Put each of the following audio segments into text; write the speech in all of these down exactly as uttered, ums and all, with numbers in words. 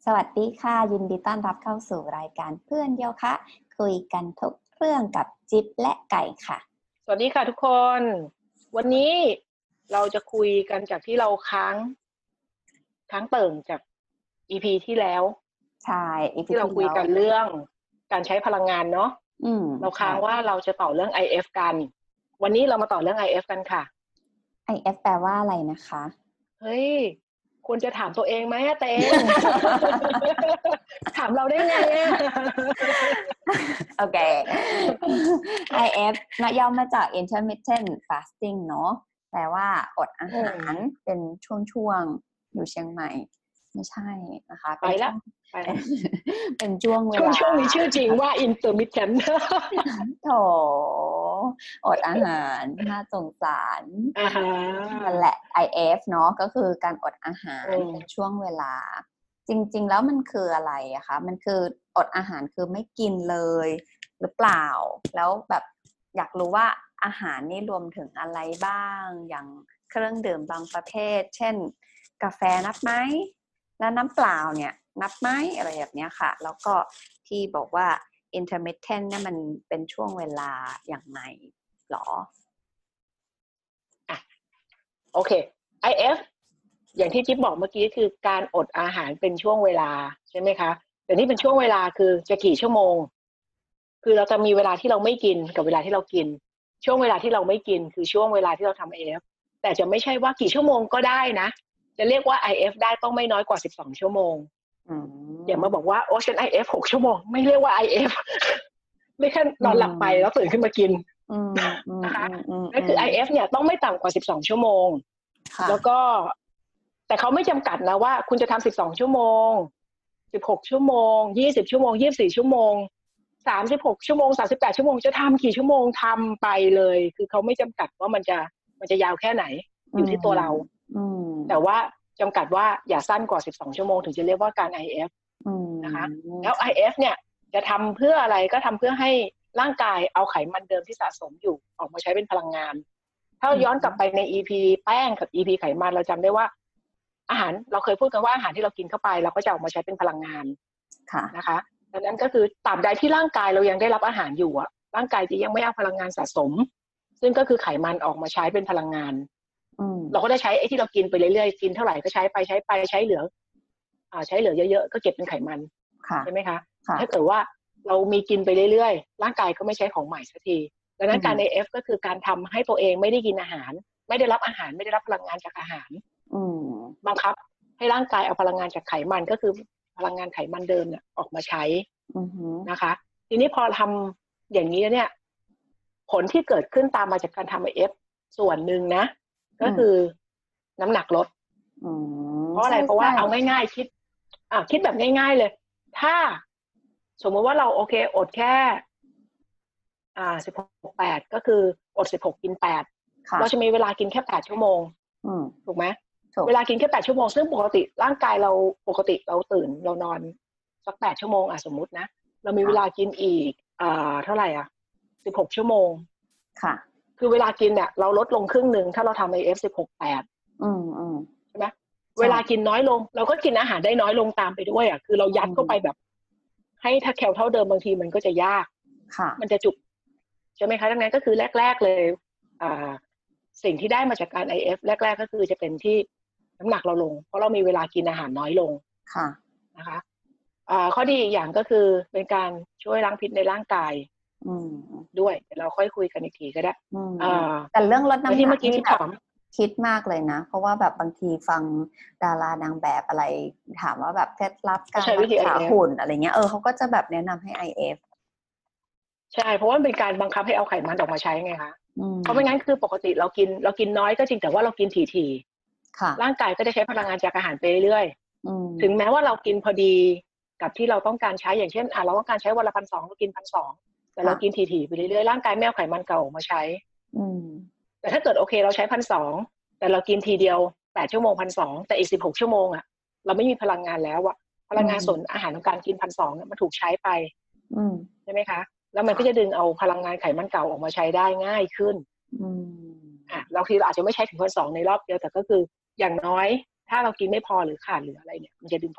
สวัสดีค่ะยินดีต้อนรับเข้าสู่รายการเพื่อนโยคะคุยกันทุกเรื่องกับจิ๊บและไก่ค่ะสวัสดีค่ะทุกคนวันนี้เราจะคุยกันจากที่เราค้างค้างเติ่งจาก อี พี ที่แล้วใช่ อี พีที่เราคุยกันเรื่องการใช้พลังงานเนาะเราค้างว่าเราจะต่อเรื่อง ไอ เอฟ กันวันนี้เรามาต่อเรื่อง ไอ เอฟ กันค่ะไอ เอฟ แปลว่าอะไรนะคะเฮ้ยควรจะถามตัวเองไหมอะเตง ถามเราได้ไงอะโอเค ไอ เอฟ มาย่อมาจาก intermittent fasting เนาะแปลว่าอดอาหารเป็นช่วงๆอยู่เชียงใหม่ไม่ใช่นะคะไปแล้วไปเป็นช่วงเวลาช่วงนี้ชื่อจริงว่า intermittent โถอดอาหารน่าสงสารนั่นแหละ ไอ เอฟ เนาะก็คือการอดอาหารเป็นช่วงเวลาจริงๆแล้วมันคืออะไรอะคะมันคืออดอาหารคือไม่กินเลยหรือเปล่าแล้วแบบอยากรู้ว่าอาหารนี่รวมถึงอะไรบ้างอย่างเครื่องดื่มบางประเภทเช่นกาแฟนับไหมแล้วน้ำเปล่าเนี่ยนับไหมอะไรแบบนี้ค่ะแล้วก็ที่บอกว่า intermittent เนี่ยมันเป็นช่วงเวลาอย่างไรหรออ่ะโอเค ไอ เอฟ อย่างที่จิ๊บบอกเมื่อกี้คือการอดอาหารเป็นช่วงเวลาใช่ไหมคะแต่นี่เป็นช่วงเวลาคือจะกี่ชั่วโมงคือเราจะมีเวลาที่เราไม่กินกับเวลาที่เรากินช่วงเวลาที่เราไม่กินคือช่วงเวลาที่เราทำ ไอ เอฟ แต่จะไม่ใช่ว่ากี่ชั่วโมงก็ได้นะจะเรียกว่า ไอ เอฟ ได้ต้องไม่น้อยกว่าสิบสองชั่วโมงอย่ามาบอกว่าโอ้ฉัน ไอ เอฟ หกชั่วโมงไม่เรียกว่า ไอ เอฟ ไม่แค่นอนหลับไปแล้วตื่นขึ้นมากินนะคะนั่นคือ ไอ เอฟ เนี่ยต้องไม่ต่ำกว่าสิบสองชั่วโมงแล้วก็แต่เขาไม่จำกัดนะว่าคุณจะทำสิบสองชั่วโมงสิบหกชั่วโมงยี่สิบชั่วโมงยี่สิบสี่ชั่วโมงสามสิบหกชั่วโมงสามสิบแปดชั่วโมงจะทำกี่ชั่วโมงทำไปเลยคือเขาไม่จำกัดว่ามันจะมันจะยาวแค่ไหนอยู่ที่ตัวเราแต่ว่าจำกัดว่าอย่าสั้นกว่าสิบสองชั่วโมงถึงจะเรียกว่าการ ไอ เอฟ นะคะแล้ว ไอ เอฟ เนี่ยจะทำเพื่ออะไรก็ทำเพื่อให้ร่างกายเอาไขมันเดิมที่สะสมอยู่ออกมาใช้เป็นพลังงานถ้าย้อนกลับไปใน อี พี แป้งกับ อี พี ไขมันเราจำได้ว่าอาหารเราเคยพูดกันว่าอาหารที่เรากินเข้าไปเราก็จะออกมาใช้เป็นพลังงานนะคะดังนั้นก็คือตราบใดที่ร่างกายเรายังได้รับอาหารอยู่อะร่างกายจะยังไม่เอาพลังงานสะสมซึ่งก็คือไขมันออกมาใช้เป็นพลังงานเราก็ได้ใช้ไอ้ที่เรากินไปเรื่อยๆกินเท่าไหร่ก็ใช้ไปใช้ไปใช้เหลืออ่าใช้เหลือเยอะๆก็เก็บเป็นไขมันใช่ไหมคะถ้าเกิดว่าเรามีกินไปเรื่อยๆร่างกายก็ไม่ใช้ของใหม่สักทีดังนั้นการ ไอ เอฟ ก็คือการทำให้ตัวเองไม่ได้กินอาหารไม่ได้รับอาหารไม่ได้รับพลังงานจากอาหารบังคับให้ร่างกายเอาพลังงานจากไขมันก็คือพลังงานไขมันเดิมเนี่ยออกมาใช้นะคะทีนี้พอทำอย่างนี้เนี่ยผลที่เกิดขึ้นตามมาจากการทำ ไอ เอฟ ส่วนหนึ่งนะก็คือน้ำหนักลดเพราะอะไรเพราะว่าเอาง่ายๆคิดอ่ะคิดแบบง่ายๆเลยถ้าสมมติว่าเราโอเคอดแค่อ่าสิบหก แปดก็คืออดสิบหกกินแปดเราจะมีเวลากินแค่แปดชั่วโมงถูกไหมเวลากินแค่แปดชั่วโมงซึ่งปกติร่างกายเราปกติเราตื่นเรานอนสักแปดชั่วโมงอ่ะสมมุตินะเรามีเวลากินอีกอ่าเท่าไหร่อ่ะสิบหกชั่วโมงค่ะคือเวลากินเนี่ยเราลดลงครึ่งนึงถ้าเราทำ ไอ เอฟ สิบหก แปดอืมอืมใช่ไหมเวลากินน้อยลงเราก็กินอาหารได้น้อยลงตามไปด้วยอ่ะคือเรายัดเข้าไปแบบให้ถ้าแคลเท่าเดิมบางทีมันก็จะยากค่ะมันจะจุกใช่ไหมคะดังนั้นก็คือแรกๆเลยอ่าสิ่งที่ได้มาจากการ ไอ เอฟ แรกๆก็คือจะเป็นที่น้ำหนักเราลงเพราะเรามีเวลากินอาหารน้อยลงค่ะนะคะอ่าข้อดีอีกอย่างก็คือเป็นการช่วยล้างพิษในร่างกายด้วยเดี๋ยวเราค่อยคุยกันอีกทีก็ได้แต่เรื่องลดน้ำหนักที่เมื่อกี้ที่ถามคิดมากเลยนะเพราะว่าแบบบางทีฟังดารานางแบบอะไรถามว่าแบบเคล็ดลับการรักษาหุ่นอะไรเงี้ยเออเขาก็จะแบบแนะนำให้ ไอ เอฟใช่เพราะว่าเป็นการบังคับให้เอาไขมันออกมาใช้ไงคะเพราะไม่งั้นคือปกติเรากินเรากินน้อยก็จริงแต่ว่าเรากินถี่ๆร่างกายก็จะใช้พลังงานจากอาหารไปเรื่อยๆถึงแม้ว่าเรากินพอดีกับที่เราต้องการใช้อย่างเช่นอ่ะเราต้องการใช้วันละพันสองเรากินพันสองแต่เรากินถี่ๆไปเรื่อยๆร่างกายไม่เอาไขมันเก่าออกมาใช้แต่ถ้าเกิดโอเคเราใช้พันสองแต่เรากินทีเดียวแปดชั่วโมงพันสองแต่อีกสิบหกชั่วโมงอ่ะเราไม่มีพลังงานแล้วอ่ะพลังงานส่วนอาหารของการกินพันสองเนี่ยมันถูกใช้ไปใช่ไหมคะแล้วมันก็จะดึงเอาพลังงานไขมันเก่าออกมาใช้ได้ง่ายขึ้นอ่ะเราทีเราอาจจะไม่ใช้ถึงพันสองในรอบเดียวแต่ก็คืออย่างน้อยถ้าเรากินไม่พอหรือขาดหรืออะไรเนี่ยมันจะดึงพลัง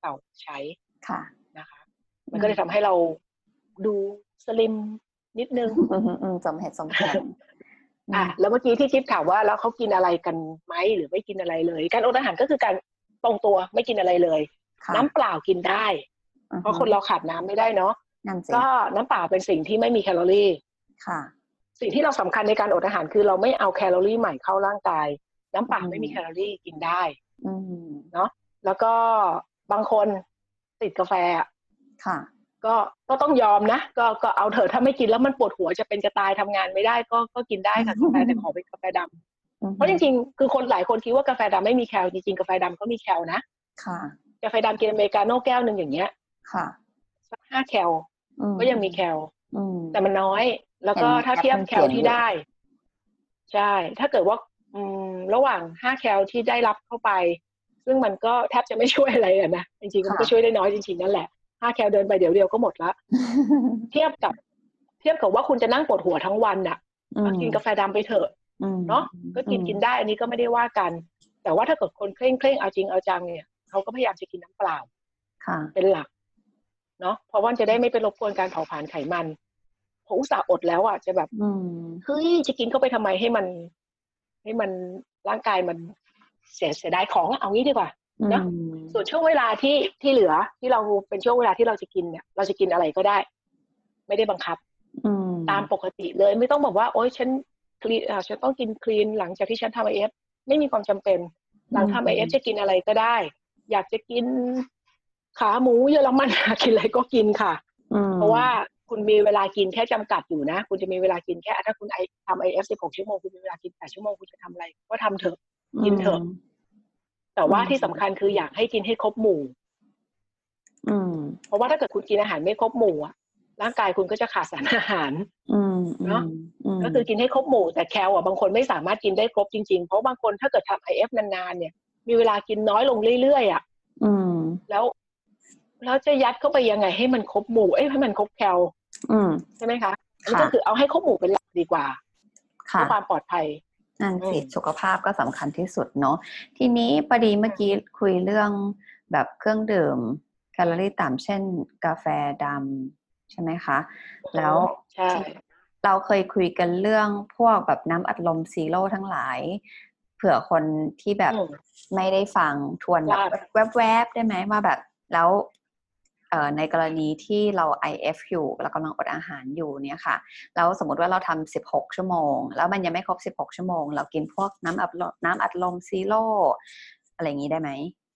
เก่าใช้ค่ะนะคะมันก็เลยทำให้เราดูสลิมนิดนึงสมเหตุสมผลอ่ะแล้วเมื่อกี้ที่จิ๊บถามว่าแล้วเขากินอะไรกันไหมหรือไม่กินอะไรเลยการอดอาหารก็คือการตรงตัวไม่กินอะไรเลยน้ำเปล่ากินได้เพราะคนเราขาดน้ำไม่ได้เนาะก็น้ำเปล่าเป็นสิ่งที่ไม่มีแคลอรี่ค่ะสิ่งที่เราสำคัญในการอดอาหารคือเราไม่เอาแคลอรี่ใหม่เข้าร่างกายน้ำเปล่าไม่มีแคลอรี่กินได้เนาะแล้วก็บางคนติดกาแฟค่ะก็ก็ต้องยอมนะก็ก็เอาเถอะถ้าไม่กินแล้วมันปวดหัวจะเป็นจะตายทำงานไม่ได้ก็ก็กินได้ค่ะกาแฟแต่ขอเป็นกาแฟดำเพราะจริงๆคือคนหลายคนคิดว่ากาแฟดำไม่มีแคลจริงๆกาแฟดำก็มีแคลนะค่ะกาแฟดำกินอเมริกาโน่แก้วหนึ่งอย่างเงี้ยค่ะสักห้าแคลก็ยังมีแคลแต่มันน้อยแล้วก็ถ้าเทียบแคลที่ได้ใช่ถ้าเกิดว่าอืมระหว่างห้าแคลที่ได้รับเข้าไปซึ่งมันก็แทบจะไม่ช่วยอะไรอ่ะนะจริงๆมันก็ช่วยได้น้อยจริงๆนั่นแหละห้าแคลเดินไปเดี๋ยวเดียวก็หมดละ เทียบกับเทียบกับว่าคุณจะนั่งปวดหัวทั้งวันน่ะก็กินกาแฟดำไปเถอะเนาะก็กินกินได้อันนี้ก็ไม่ได้ว่ากันแต่ว่าถ้าเกิดคนเคร่งเคร่งเอาจริงเอาจังเนี่ยเขาก็พยายามจะกินน้ำเปล่าเป็นหลักเนาะเพราะว่าจะได้ไม่ไปรบกวนการเผาผลาญไขมันผมอุตส่าห์อดแล้วอ่ะจะแบบเฮ้ยจะกินเข้าไปทำไมให้มันให้มันร่างกายมันเสียเสียดายของเอางี้ดีกว่าเนาะส่วนช่วงเวลาที่ที่เหลือที่เราเป็นช่วงเวลาที่เราจะกินเนี่ยเราจะกินอะไรก็ได้ไม่ได้บังคับตามปกติเลยไม่ต้องบอกว่าโอ๊ยฉันคลีนอ่าฉันต้องกินคลีนหลังจากที่ฉันทำไอเอฟไม่มีความจำเป็นหลังทำไอเอฟจะกินอะไรก็ได้อยากจะกินขาหมูเยอรมันกินอะไรก็กินค่ะเพราะว่าคุณมีเวลากินแค่จำกัดอยู่นะคุณจะมีเวลากินแค่ถ้าคุณไอทำไอเอฟสิบหกชั่วโมงคุณมีเวลากินแปดชั่วโมงคุณจะทำอะไรก็ทำเถอะกินเถอะแต่ว่าที่สำคัญคืออยากให้กินให้ครบหมู่เพราะว่าถ้าเกิดคุณกินอาหารไม่ครบหมู่อ่ะร่างกายคุณก็จะขาดสารอาหารเนาะก็คือกินให้ครบหมู่แต่แคลอ่ะบางคนไม่สามารถกินได้ครบจริงๆเพราะบางคนถ้าเกิดทำ ไอ เอฟ นานๆเนี่ยมีเวลากินน้อยลงเรื่อยๆอ่ะแล้วแล้วจะยัดเข้าไปยังไงให้มันครบหมู่เอ้ยให้มันครบแคลใช่ไหมคะอันนี้ก็คือเอาให้ครบหมู่เป็นหลักดีกว่าเพื่อความปลอดภัยนั่นสิสุขภาพก็สำคัญที่สุดเนาะทีนี้พอดีเมื่อกี้คุยเรื่องแบบเครื่องดื่มแคลอรี่ต่ำเช่นกาแฟดำใช่ไหมคะแล้วเราเคยคุยกันเรื่องพวกแบบน้ำอัดลมซีโร่ทั้งหลายเผื่อคนที่แบบไม่ได้ฟังทวนแบบแวบๆได้ไหมว่าแบบแล้วในกรณีที่เรา ไอ เอฟ อยู่เรากำลังอดอาหารอยู่เนี่ยค่ะแล้วสมมติว่าเราทำสิบหกชั่วโมงแล้วมันยังไม่ครบสิบหกชั่วโมงเรากินพวกน้ำอัดลมน้ำอัดลมซีโร่อะไรอย่างนี้ได้ไหม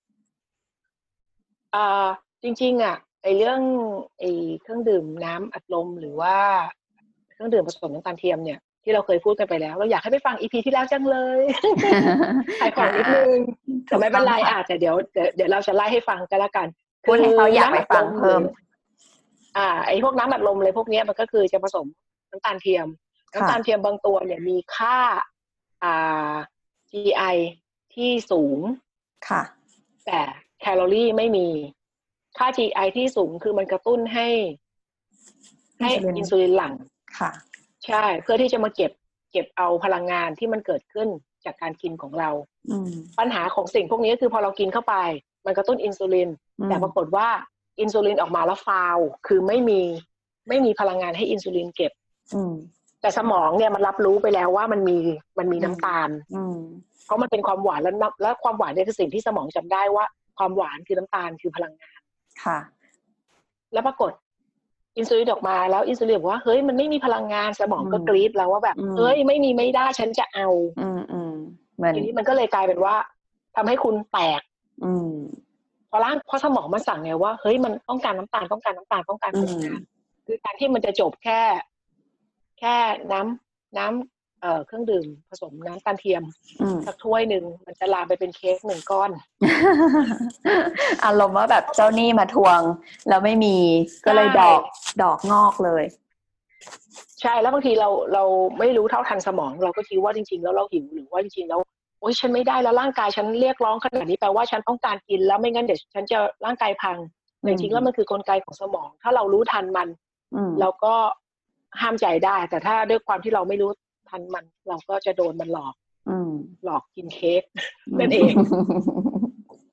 อ่าจริงๆอ่ะไอเรื่องไอเครื่องดื่มน้ำอัดลมหรือว่าเครื่องดื่มผสมน้ำตาลเทียมเนี่ยที่เราเคยพูดกันไปแล้วเราอยากให้ไปฟัง อี พี ที่แล้วจังเลยขายของนิดนึงแต่ไม่เป็นไรอ่ะแต่เดี๋ยวเดี๋ยวเราจะไล่ให้ฟังกันละกันพูดให้เขาอยากไปฟังเพิ่มอ่าไอพวกน้ำอัดลมเลยพวกนี้มันก็คือจะผสมน้ำตาลเทียมน้ำตาลเทียมบางตัวเนี่ยมีค่าอ่า จี ไอ ที่สูงค่ะแต่แคลอรี่ไม่มีค่า จี ไอ ที่สูงคือมันกระตุ้นให้ให้อินซูลินหลั่งค่ะใช่เพื่อที่จะมาเก็บเก็บเอาพลังงานที่มันเกิดขึ้นจากการกินของเราปัญหาของสิ่งพวกนี้คือพอเรากินเข้าไปมันกระตุ้นอินซูลินแต่ปรากฏว่าอินซูลินออกมาแล้วฟาวคือไม่มีไม่มีพลังงานให้อินซูลินเก็บแต่สมองเนี่ยมันรับรู้ไปแล้วว่ามันมีมันมีน้ำตาลเพราะมันเป็นความหวานแล้วแล้วความหวานเนี่ยคือสิ่งที่สมองจำได้ว่าความหวานคือน้ำตาลคือพลังงานค่ะแล้วปรากฏอินซูลินออกมาแล้วอินซูลินบอกว่าเฮ้ยมันไม่มีพลังงานสมองก็กรี๊ดแล้วว่าแบบเฮ้ยไม่มีไม่ได้ฉันจะเอาทีนี้มันก็เลยกลายเป็นว่าทำให้คุณแตกพอร่างเพราะสมองมันสั่งไงว่าเฮ้ยมันต้องการน้ำตาลต้องการน้ำตาลต้องการพลังงานคือการที่มันจะจบแค่แค่น้ำน้ำเอ่อเครื่องดื่มผสมน้ำตาลเทียมสักถ้วยหนึ่งมันจะลามไปเป็นเค้กหนึ่งก้อนอารมณ์ว่าแบบเจ้าหนี้มาทวงแล้วไม่มีก็เลยดอกดอกงอกเลยใช่แล้วบางทีเราเราไม่รู้เท่าทันสมองเราก็คิดว่าจริงๆแล้วเราหิวหรือว่าจริงๆแล้วโอ๊ยฉันไม่ได้แล้วร่างกายฉันเรียกร้องขนาดนี้แปลว่าฉันต้องการกินแล้วไม่งั้นเดี๋ยวฉันจะร่างกายพังแต่จริงๆแล้วมันคือกลไกของสมองถ้าเรารู้ทันมันเราก็ห้ามใจได้แต่ถ้าด้วยความที่เราไม่รู้ทันมันเราก็จะโดนมันหลอกหลอกกินเค้กนั่นเอง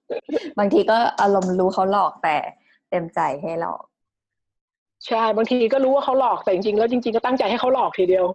บางทีก็อารมณ์รู้เขาหลอกแต่เต็มใจให้หลอกใช่บางทีก็รู้ว่าเขาหลอกแต่จริงๆแล้วจริงๆก็ตั้งใจให้เขาหลอกทีเดียว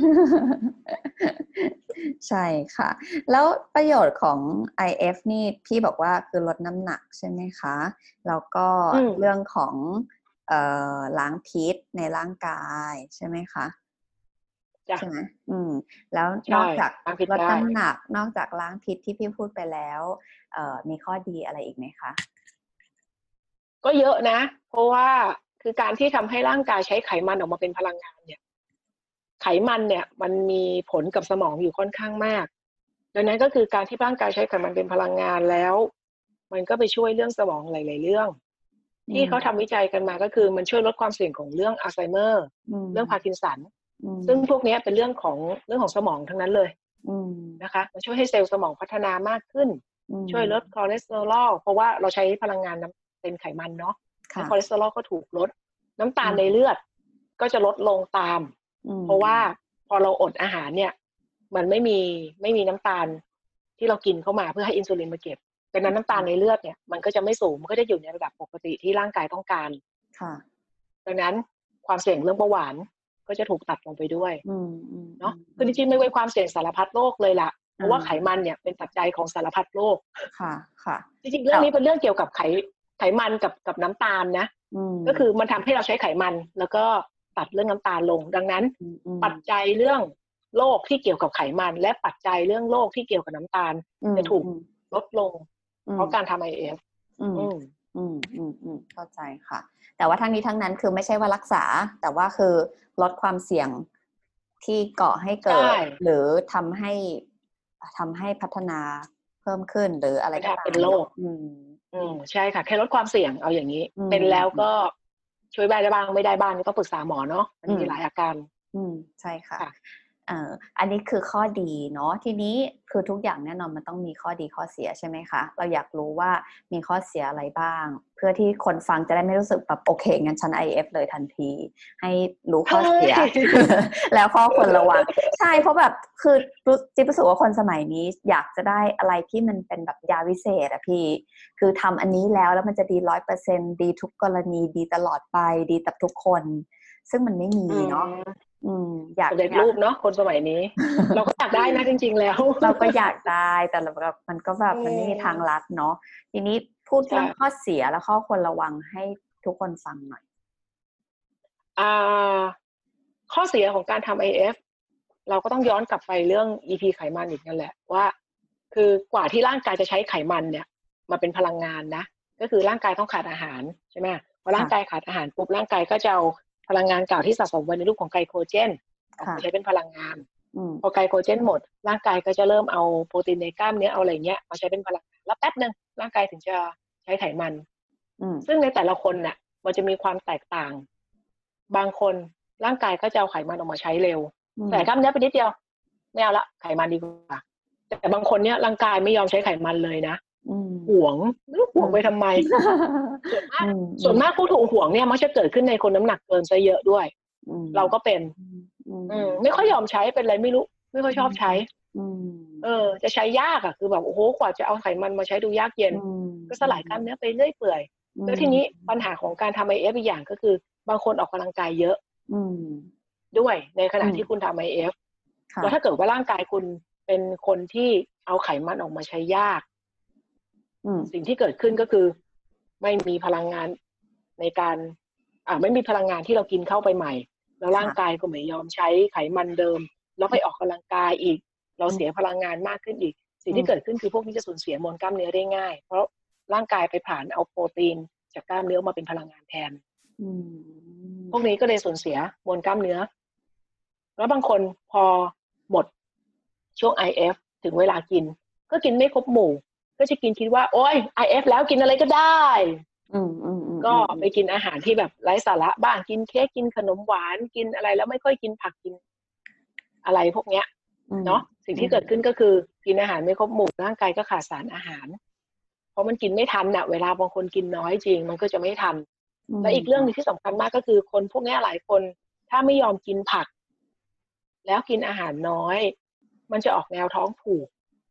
ใช่ค่ะแล้วประโยชน์ของ ไอ เอฟ นี่พี่บอกว่าคือลดน้ำหนักใช่ไหมคะแล้วก็เรื่องของเอ่อล้างพิษในร่างกายใช่ไหมคะใช่ไหมอืมแล้วนอกจากลดน้ำหนักนอกจากล้างพิษที่พี่พูดไปแล้วเอ่อมีข้อดีอะไรอีกไหมคะก็เยอะนะเพราะว่าคือการที่ทำให้ร่างกายใช้ไขมันออกมาเป็นพลังงานเนี่ยไขมันเนี่ยมันมีผลกับสมองอยู่ค่อนข้างมากดังนั้นก็คือการที่ร่างกายใช้ไขมันเป็นพลังงานแล้วมันก็ไปช่วยเรื่องสมองหลายๆเรื่องที่เขาทำวิจัยกันมาก็คือมันช่วยลดความเสี่ยงของเรื่องอัลไซเมอร์เรื่องพาร์กินสันซึ่งพวกนี้เป็นเรื่องของเรื่องของสมองทั้งนั้นเลยนะคะมันช่วยให้เซลล์สมองพัฒนามากขึ้นช่วยลดคอเลสเตอรอลเพราะว่าเราใช้พลังงานเป็นไขมันเนาะคอเลสเตอรอลก็ถูกลดน้ำตาลในเลือดก็จะลดลงตามเพราะว่าพอเราอดอาหารเนี่ยมันไม่มีไม่มีน้ำตาลที่เรากินเข้ามาเพื่อให้อินซูลินมาเก็บดังนั้นน้ำตาลในเลือดเนี่ยมันก็จะไม่สูงมันก็จะอยู่ในระดับปกติที่ร่างกายต้องการดังนั้นความเสี่ยงเรื่องเบาหวานก็จะถูกตัดลงไปด้วยเนาะคือจริงๆไม่ไว้ความเสี่ยงสารพัดโรคเลยล่ะเพราะว่าไขมันเนี่ยเป็นปัจจัยของสารพัดโรคค่ะค่ะจริงๆเรื่องนี้เป็นเรื่องเกี่ยวกับไขไขมันกับกับน้ำตาลนะก็คือมันทำให้เราใช้ไขมันแล้วก็ตัดเรื่องน้ำตาลลงดังนั้นปัจจัยเรื่องโรคที่เกี่ยวกับไขมันและปัจจัยเรื่องโรคที่เกี่ยวกับน้ำตาลจะถูกลดลงเพราะการทำ ไอ เอฟอืมอืมอืมอืมเข้าใจค่ะแต่ว่าทั้งนี้ทั้งนั้นคือไม่ใช่ว่ารักษาแต่ว่าคือลดความเสี่ยงที่ก่อให้เกิดหรือทำให้ทำให้พัฒนาเพิ่มขึ้นหรืออะไรก็ตามเป็นโรคอืมอืมใช่ค่ะแค่ลดความเสี่ยงเอาอย่างนี้เป็นแล้วก็ช่วยได้บ้างไม่ได้บ้างก็ต้องปรึกษาหมอเนาะมันมีหลายอาการอืมใช่ค่ะเอ่ออันนี้คือข้อดีเนาะทีนี้คือทุกอย่างแน่นอนมันต้องมีข้อดีข้อเสียใช่ไหมคะเราอยากรู้ว่ามีข้อเสียอะไรบ้างเพื่อที่คนฟังจะได้ไม่รู้สึกแบบโอเคงั้นฉัน ไอ เอฟ เลยทันทีให้รู้ข้อเสีย แล้วข้อควรระวังใช่เพราะแบบคือจิ๊บรู้สึกว่าคนสมัยนี้อยากจะได้อะไรที่มันเป็นแบบยาวิเศษอะพี่คือทำอันนี้แล้วแล้วมันจะดีร้อยเปอร์เซ็นต์ดีทุกกรณีดีตลอดไปดีกับทุกคนซึ่งมันไม่มีเนาะอืมอยากเด็กรูปเนาะคนสมัยนี้ เราก็อยากได้นะจริงๆแล้วเราก็อยากได้แต่แบบมันก็แบบมันไม่มีทางลัดเนาะทีนี้พูดเรื่องข้อเสียและข้อควรระวังให้ทุกคนฟังหน่อยอ่าข้อเสียของการทำ ไอ เอฟ เราก็ต้องย้อนกลับไปเรื่อง อี พี ไขมันอีกนั่นแหละว่าคือกว่าที่ร่างกายจะใช้ไขมันเนี่ยมาเป็นพลังงานนะก็คือร่างกายต้องขาดอาหารใช่ไหมพอร่างกายขาดอาหารปุ๊บร่างกายก็จะเอาพลังงานเก่าที่สะสมไว้ในรูปของไกลโคเจนออกมาใช้เป็นพลังงานพอไกลโคเจนหมดร่างกายก็จะเริ่มเอาโปรตีนในกล้ามเนื้อเอาอะไรเงี้ยมาใช้เป็นพลังงานแล้วแป๊บนึงร่างกายถึงจะใช้ไขมันซึ่งในแต่ละคนเนี่ยมันจะมีความแตกต่างบางคนร่างกายก็จะเอาไขมันออกมาใช้เร็วแต่กล้ามเนื้อไปนิดเดียวไม่เอาละไขมันดีกว่าแต่บางคนเนี่ยร่างกายไม่ยอมใช้ไขมันเลยนะหวงไม่รู้หวงไปทำไมส่วนมากส่วนมากผู้ถูกหวงเนี่ยมักจะเกิดขึ้นในคนน้ำหนักเกินซะเยอะด้วยเราก็เป็นไม่ค่อยยอมใช้เป็นอะไรไม่รู้ไม่ค่อยชอบใช้เออจะใช้ยากอ่ะคือแบบโอ้โหกว่าจะเอาไขมันมาใช้ดูยากเย็นก็สลายกล้ามเนื้อไปเรื่อยเปื่อยแล้วทีนี้ปัญหาของการทำ ไอ เอฟ อีกอย่างก็คือบางคนออกกำลังกายเยอะด้วยในขณะที่คุณทำ ไอ เอฟ แล้วถ้าเกิดว่าร่างกายคุณเป็นคนที่เอาไขมันออกมาใช้ยากสิ่งที่เกิดขึ้นก็คือไม่มีพลังงานในการอ่าไม่มีพลังงานที่เรากินเข้าไปใหม่แล้วร่างกายก็ไม่ยอมใช้ไขมันเดิมแล้วไปออกกำลังกายอีกเราเสียพลังงานมากขึ้นอีกสิ่งที่เกิดขึ้นคือพวกนี้จะสูญเสียมวลกล้ามเนื้อได้ง่ายเพราะร่างกายไปผ่านเอาโปรตีนจากกล้ามเนื้อมาเป็นพลังงานแทนพวกนี้ก็เลยสูญเสียมวลกล้ามเนื้อแล้วบางคนพอหมดช่วง ไอ เอฟ ถึงเวลากินก็กินไม่ครบหมู่ก็จะกินคิดว่าโอ๊ย ไอ เอฟ แล้วกินอะไรก็ได้ก็ไปกินอาหารที่แบบไร้สาระบ้างกินเค้กกินขนมหวานกินอะไรแล้วไม่ค่อยกินผักกินอะไรพวกเนี้ยเนาะสิ่งที่เกิดขึ้นก็คือกินอาหารไม่ครบหมู่ร่างกายก็ขาดสารอาหารเพราะมันกินไม่ทันน่ะเวลาบางคนกินน้อยจริงมันก็จะไม่ทันและอีกเรื่องนึงที่สำคัญมากก็คือคนพวกนี้หลายคนถ้าไม่ยอมกินผักแล้วกินอาหารน้อยมันจะออกแนวท้องผูก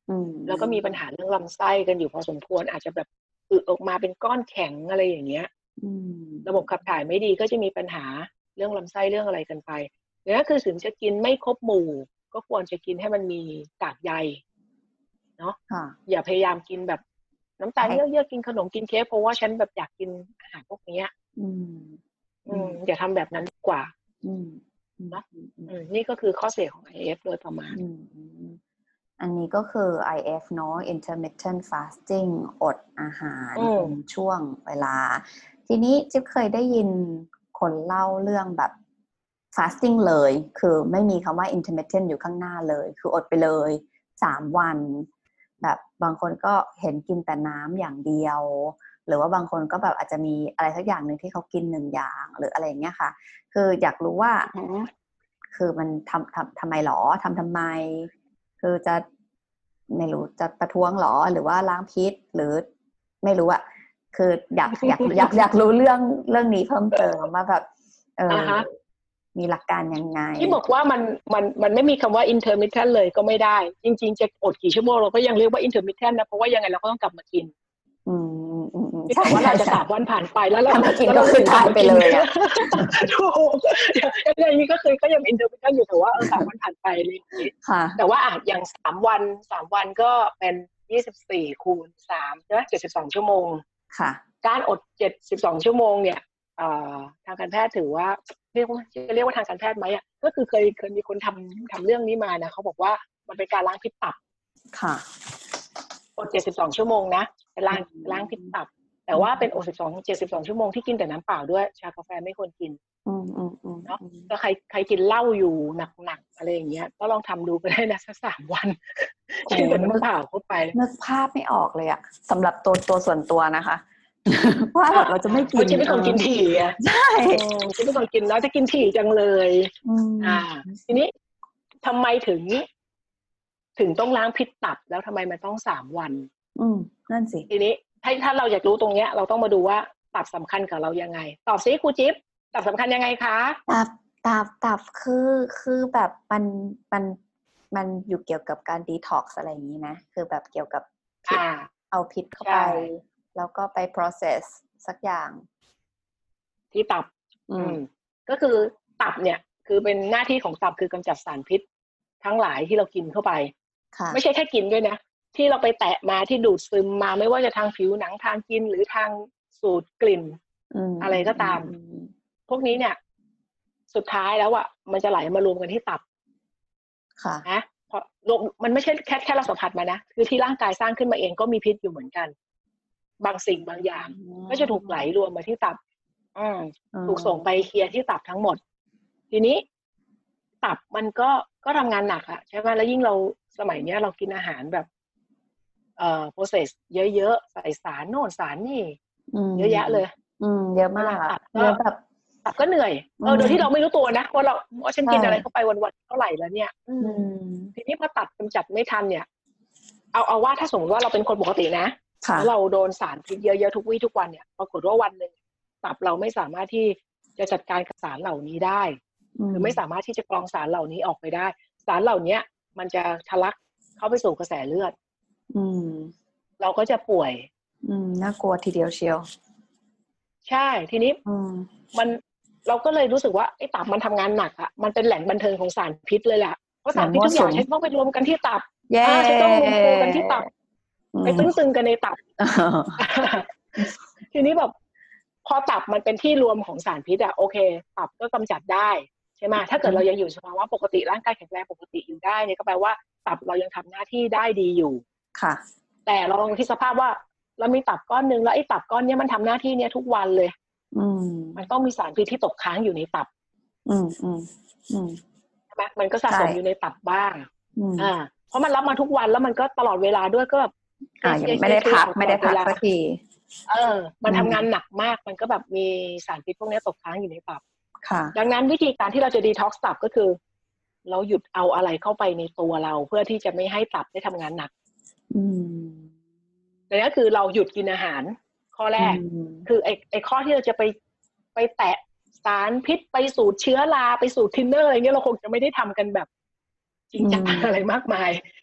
แล้วก็มีปัญหาเรื่องลำไส้กันอยู่พอสมควรอาจจะแบบอึออกมาเป็นก้อนแข็งอะไรอย่างเงี้ยระบบขับถ่ายไม่ดีก็จะมีปัญหาเรื่องลำไส้เรื่องอะไรกันไปดังนั้นคือถึงจะกินไม่ครบหมู่ก็ควรจะกินให้มันมีกากใยเนาะอย่าพยายามกินแบบน้ำตาลเยอะๆกินขนมกินเค้กเพราะว่าฉันแบบอยากกินอาหารพวกนี้อืมอืมอย่าทำแบบนั้นดีกว่าอืมเนาะอืมนี่ก็คือข้อเสียของ ไอ เอฟ โดยประมาณอันนี้ก็คือ ไอ เอฟ เนาะ intermittent fasting อดอาหารเป็นช่วงเวลาทีนี้จิ๊บเคยได้ยินคนเล่าเรื่องแบบ fasting เลยคือไม่มีคำว่า intermittent อยู่ข้างหน้าเลยคืออดไปเลยสามวันแบบบางคนก็เห็นกินแต่น้ำอย่างเดียวหรือว่าบางคนก็แบบอาจจะมีอะไรสักอย่างหนึ่งที่เขากินหนึ่งอย่างหรืออะไรอย่างเงี้ยค่ะคืออยากรู้ว่าคือมันทำทำทำไมหรอทำทำไมคือจะไม่รู้จะประท้วงหรอหรือว่าล้างพิษหรือไม่รู้อะคืออยากอยากอยากอยากรู้เรื่องเรื่องนี้เพิ่มเติมว่าแบบเออมีหลักการยังไงที่บอกว่ามันมันมันไม่มีคำว่า intermittent เลยก็ไม่ได้จริงๆจะอดกี่ชั่วโมงเราก็ยังเรียกว่า intermittent นะเพราะว่ายังไงเราก็ต้องกลับมากินอืมอืมอืมแต่ว่าเราจะสามวันผ่านไปแล้วเรากินก็คือทานไปเลยอ่ะถูกอย่างนี้ก็คือก็ยัง intermittent อยู่แต่ว่าเออสามวันผ่านไปอะไรอย่างนี้แต่ว่าอาจอย่างสามวันสามวันก็เป็นยี่สิบสี่คูณสามใช่ไหมเจ็ดสิบสองชั่วโมงค่ะการอดเจ็ดสิบสองชั่วโมงเนี่ยทางการแพทย์ถือว่าเรียกว่าจะเรียกว่าทางการแพทย์ไหมอ่ะก็คือเคยเคยมีคนทำทำเรื่องนี้มานะเขาบอกว่ามันเป็นการล้างพิษตับค่ะอดเจ็ดสิบสองชั่วโมงนะเป็นล้างล้างพิษตับแต่ว่าเป็นอดสิบสอง เจ็ดสิบสองชั่วโมงที่กินแต่น้ำเปล่าด้วยชากาแฟไม่ควรกินอืมอืมอืมเนาะถ้าใครใครกินเหล้าอยู่หนักๆอะไรอย่างเงี้ยก็ลองทำดูก็ได้นะสักสามวันกินแต่น้ำเปล่าเข้าไปนึกภาพไม่ออกเลยอะสำหรับตัวตัวส่วนตัวนะคะว่าแบบเราจะไม่กินจะไม่คนกินถี่อ่ะใช่จะไม่คนกินแล้วจะกินถี่จังเลยอ่าทีนี้ทำไมถึงถึงต้องล้างพิษตับแล้วทำไมมันต้องสามวันอืมนั่นสิทีนี้ถ้าถ้าเราอยากรู้ตรงเนี้ยเราต้องมาดูว่าตับสำคัญกับเรายังไงตอบซิครูจิ๊บตับสำคัญยังไงคะตับตับตับคือคือแบบมันมันมันอยู่เกี่ยวกับการดีท็อกซ์อะไรอย่างนี้นะคือแบบเกี่ยวกับพิษเอาพิษเข้าไปแล้วก็ไป process สักอย่างที่ตับอืมก็คือตับเนี่ยคือเป็นหน้าที่ของตับคือกำจัดสารพิษทั้งหลายที่เรากินเข้าไปไม่ใช่แค่กินด้วยนะที่เราไปแตะมาที่ดูดซึมมาไม่ว่าจะทางผิวหนังทางกินหรือทางสูดกลิ่นอะไรก็ตามพวกนี้เนี่ยสุดท้ายแล้วอ่ะมันจะไหลมารวมกันที่ตับค่ะนะเพราะมันไม่ใช่แค่แค่เราสัมผัสมานะคือที่ร่างกายสร้างขึ้นมาเองก็มีพิษอยู่เหมือนกันบางสิ่งบางอย่างก็จะถูกไหลรวมมาที่ตับถูกส่งไปเคลียร์ที่ตับทั้งหมดทีนี้ตับมันก็ก็ทำงานหนักอะใช่ไหมแล้วยิ่งเราสมัยเนี้ยเรากินอาหารแบบเอ่อ process เยอะๆใส่สารโน่นสารนี่เยอะแยะเลยอืมเยอะมากตับก็แบบตับก็เหนื่อยเออโดยที่เราไม่รู้ตัวนะว่าเราว่าฉันกินอะไรเข้าไปวันๆเท่าไหร่แล้วเนี่ยทีนี้พอตับกำจัดไม่ทันเนี่ยเอาเอาว่าถ้าสมมติว่าเราเป็นคนปกตินะแล้วเราโดนสารพิษเยอะๆทุกวี่ทุกวันเนี่ยปรากฏว่าวันนึงตับเราไม่สามารถที่จะจัดการกับสารเหล่านี้ได้หรือไม่สามารถที่จะกรองสารเหล่านี้ออกไปได้สารเหล่านี้มันจะทะลักเข้าไปสู่กระแสเลือดเราก็จะป่วยน่ากลัวทีเดียวเชียวใช่ทีนี้มันเราก็เลยรู้สึกว่าไอ้ตับมันทำงานหนักอ่ะมันเป็นแหล่งบันเทิงของสารพิษเลยแหละเพราะสารพิษทุกอย่างใช้ต้องไปรวมกันที่ตับใช้ต้องรวมตัวกันที่ตับไปตึ้งๆกันในตับทีนี้แบบพอตับมันเป็นที่รวมของสารพิษอะโอเคตับก็กำจัดได้ใช่ไหมถ้าเกิดเรายังอยู่สภาวะปกติร่างกายแข็งแรงปกติอยู่ได้เนี่ยก็แปลว่าตับเรายังทำหน้าที่ได้ดีอยู่ค่ะแต่เราลองคิดสภาพว่าเรามีตับก้อนนึงแล้วไอ้ตับก้อนนี้มันทำหน้าที่เนี้ยทุกวันเลยอืมมันต้องมีสารพิษที่ตกค้างอยู่ในตับอืมอืมอืมใช่ไหมมันก็สะสมอยู่ในตับบ้างอ่าเพราะมันรับมาทุกวันแล้วมันก็ตลอดเวลาด้วยก็แบบอ่าไม่ได้พักไม่ได้พักสักทีเออมันทำงานหนักมากมันก็แบบมีสารพิษพวกนี้ตกค้างอยู่ในตับค่ะดังนั้นวิธีการที่เราจะดีท็อกซ์ตับก็คือเราหยุดเอาอะไรเข้าไปในตัวเราเพื่อที่จะไม่ให้ตับได้ทำงานหนักอืมแต่ก็คือเราหยุดกินอาหารข้อแรกคือไอ้ไอ้ข้อที่เราจะไปไปแตะสารพิษไปสูดเชื้อราไปสูดทินเนอร์อะไรเงี้ยเราคงจะไม่ได้ทำกันแบบจริงจังอะไรมากมาย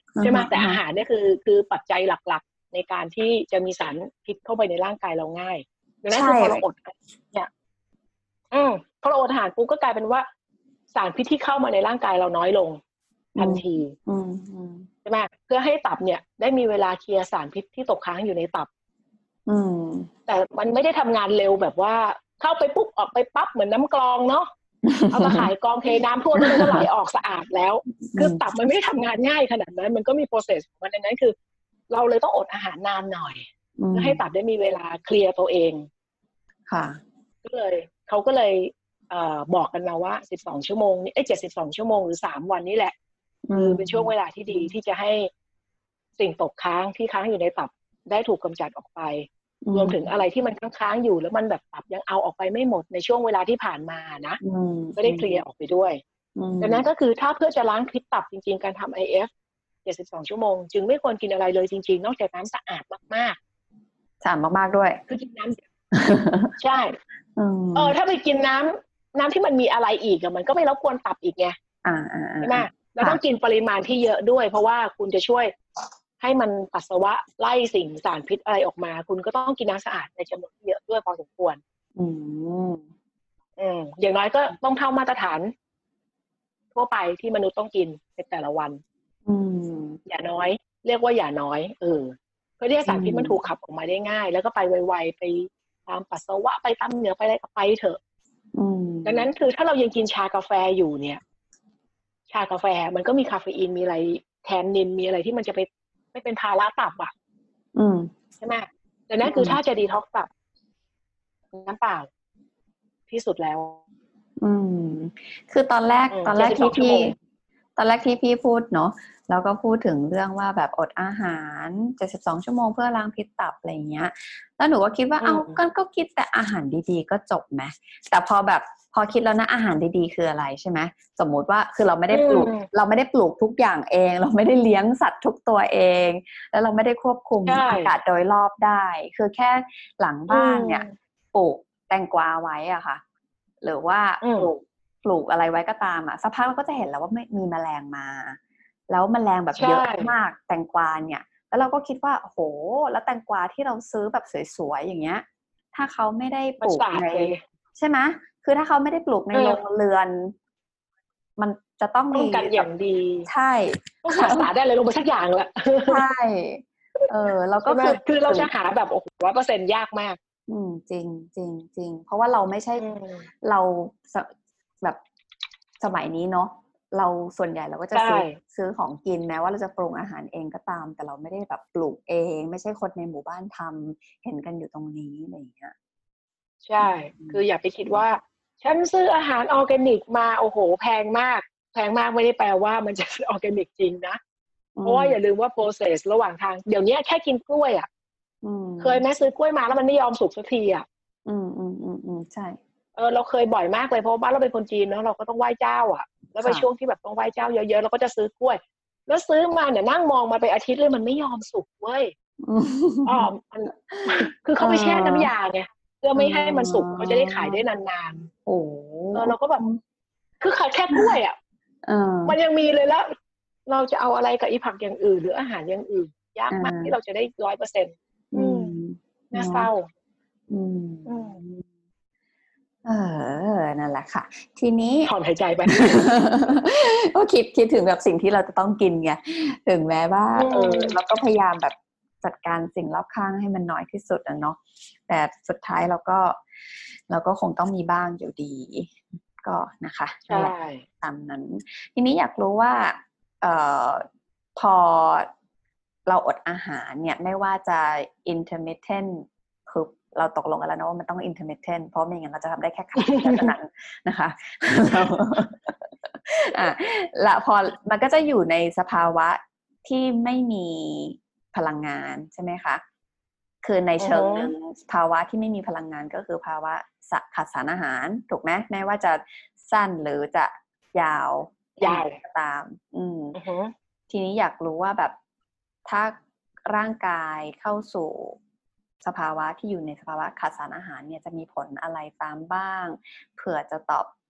ใช่ไหมแต่อาหารเนี่ยคือคือปัจจัยหลักๆในการที่จะมีสารพิษเข้าไปในร่างกายเราง่ายดังนั้นคือพอเราอดเนี่ยอืมพอเราอดอาหารปุ๊บก็กลายเป็นว่าสารพิษที่เข้ามาในร่างกายเราน้อยลงทันทีใช่ไหมเพื่อให้ตับเนี่ยได้มีเวลาเคลียร์สารพิษที่ตกค้างอยู่ในตับแต่มันไม่ได้ทำงานเร็วแบบว่าเข้าไปปุ๊บออกไปปั๊บเหมือนน้ำกรองเนาะเอาตะข่ายกรองเทน้ำท่วมแล้วมันก็ไหลออกสะอาดแล้วคือตับมันไม่ได้ทำงานง่ายขนาดนั้นมันก็มีโปรเซสของมันดังนั้นคือเราเลยต้องอดอาหารนานหน่อยเพื่อให้ตับได้มีเวลาเคลียร์ตัวเองค่ะก็เลยเขาก็เลยเอ่อบอกกันมาว่าสิบสองชั่วโมงนี่เอ้ยเจ็ดสิบสองชั่วโมงหรือสามวันนี่แหละคือเป็นช่วงเวลาที่ดีที่จะให้สิ่งตกค้างที่ค้างอยู่ในตับได้ถูกกำจัดออกไปรวมถึงอะไรที่มันค้างๆอยู่แล้วมันแบบตับยังเอาออกไปไม่หมดในช่วงเวลาที่ผ่านมานะก็ได้เคลียร์ออกไปด้วยดังนั้นก็คือถ้าเพื่อจะล้างพิษตับจริงๆการทำ ไอ เอฟ เจ็ดสิบสองชั่วโมงจึงไม่ควรกินอะไรเลยจริงๆนอกจากน้ำสะอาดมากๆสะอาดมากๆด้วยคือกินน้ำใช่เออถ้าไปกินน้ำน้ำที่มันมีอะไรอีกอะมันก็ไม่รบกวนตับอีกไงใช่ไหมแล้วต้องกินปริมาณที่เยอะด้วยเพราะว่าคุณจะช่วยให้มันปัสสาวะไล่สิ่งสารพิษอะไรออกมาคุณก็ต้องกินน้ำสะอาดในจำนวนที่เยอะด้วยพอสมควรอืมอืมอย่างน้อยก็ต้องเท่ามาตรฐานทั่วไปที่มนุษย์ต้องกินในแต่ละวันอืมอย่าน้อยเรียกว่าอย่าน้อยเออเพื่อที่สารพิษมันถูกขับออกมาได้ง่ายแล้วก็ไปไวๆไปตามปัสสาวะไปตามเหงื่อไปอะไรก็ไปเถอะอืมดังนั้นคือถ้าเรายังกินชากาแฟอยู่เนี่ยชากาแฟมันก็มีคาเฟอีนมีอะไรแทนนินมีอะไรที่มันจะไปไม่เป็นภาระตับอ่ะอืมใช่ไหมดังนั้นคือถ้าจะดีท็อกซ์ตับน้ำเปล่าที่สุดแล้วอืมคือตอนแรกตอนแรกที่พี่ตอนแรกที่พี่พูดเนาะแล้วก็พูดถึงเรื่องว่าแบบอดอาหารเจ็ดสิบสองชั่วโมงเพื่อล้างพิษตับอะไรอย่างเงี้ยแล้วหนูก็คิดว่าเอ้าก็ก็คิดแต่อาหารดีๆก็จบไหมแต่พอแบบพอคิดแล้วนะอาหารดีๆคืออะไรใช่ไหมสมมุติว่าคือเราไม่ได้ปลูกเราไม่ได้ปลูกทุกอย่างเองเราไม่ได้เลี้ยงสัตว์ทุกตัวเองแล้วเราไม่ได้ควบคุมอากาศโดยรอบได้คือแค่หลังบ้านเนี่ยปลูกแตงกวาไว้อ่ะค่ะหรือว่าปลูกปลูกอะไรไว้ก็ตามอ่ะสักพักเราก็จะเห็นแล้วว่าไม่มีแมลงมาแล้วแมลงแบบเยอะมากแตงกวาเนี่ยแล้วเราก็คิดว่าโหแล้วแตงกวาที่เราซื้อแบบสวยๆอย่างเงี้ยถ้าเขาไม่ได้ปลูกในใช่ไหมคือถ้าเขาไม่ได้ปลูกในโรงเรือนมันจะต้องมีกันอย่างดีใช่ต้องรักษาได้เลยลงไปสักอย่างละใช่เออแล้วก็คือคือเราจะหาแบบโอ้โหร้อยเปอร์เซ็นต์ยากมากอืมจริงจริงจริงเพราะว่าเราไม่ใช่เราแบบสมัยนี้เนาะเราส่วนใหญ่เราก็จะซื้อซื้อของกินแม้ว่าเราจะปรุงอาหารเองก็ตามแต่เราไม่ได้แบบปลูกเองไม่ใช่คนในหมู่บ้านทำเห็นกันอยู่ตรงนี้อะไรอย่างเงี้ยใช่คืออย่าไปคิดว่าฉันซื้ออาหารออร์แกนิกมาโอ้โหแพงมากแพงมากไม่ได้แปลว่ามันจะออร์แกนิกจริงนะเพราะว่าอย่าลืมว่า process ระหว่างทางเดี๋ยวนี้แค่กินกล้วยอ่ะเคยแม่ซื้อกล้วยมาแล้วมันไม่ยอมสุกสักทีอ่ะอืมอืมอืมอืมใช่เออเราเคยบ่อยมากเลยเพราะบ้านเราเป็นคนจีนเนาะเราก็ต้องไหว้เจ้าอ่ะแล้วไปช่วงที่แบบต้องไหว้เจ้าเยอะๆเราก็จะซื้อกล้วยแล้วซื้อมาเนี่ยนั่งมองมาไปอาทิตย์เลยมันไม่ยอมสุกเว้ยอ๋อมันคือเขาไปแช่น้ำยาไงเพื่อไม่ให้มันสุกเขาจะได้ขายได้นานๆโอ้เออเราก็แบบคือขายแค่กล้วยอ่ะมันยังมีเลยแล้วเราจะเอาอะไรกับอีผักอย่างอื่นหรืออาหารอย่างอื่นยากมากที่เราจะได้ร้อยเปอร์เซ็นต์น่าเศร้าอืมเออนั่นแหละค่ะทีนี้ถอนหายใจไปก็คิดคิดถึงแบบสิ่งที่เราจะต้องกินไงถึงแม้ว่าเออเราก็พยายามแบบจัดการสิ่งรอบข้างให้มันน้อยที่สุดนะเนาะแต่สุดท้ายเราก็เราก็คงต้องมีบ้างอยู่ดีก็นะคะนั่นแหละตามนั้นทีนี้อยากรู้ว่าเอ่อพอเราอดอาหารเนี่ยไม่ว่าจะ intermittent คือเราตกลงกันแล้วนะว่ามันต้อง intermittent เพราะไม่งั้นเราจะทำได้แค่ครั้งเดียวเท่านั้นนะคะอ่ะละพอมันก็จะอยู่ในสภาวะที่ไม่มีพลังงานใช่ไหมคะคือในเชิงหนึ่งภาวะที่ไม่มีพลังงานก็คือภาวะขาดสารอาหารถูกไหมแม้ว่าจะสั้นหรือจะยาวยาวก็ตามอืมทีนี้อยากรู้ว่าแบบถ้าร่างกายเข้าสู่สภาวะที่อยู่ในสภาวะขาดสารอาหารเนี่ยจะมีผลอะไรตามบ้างเผื่อจะตอบ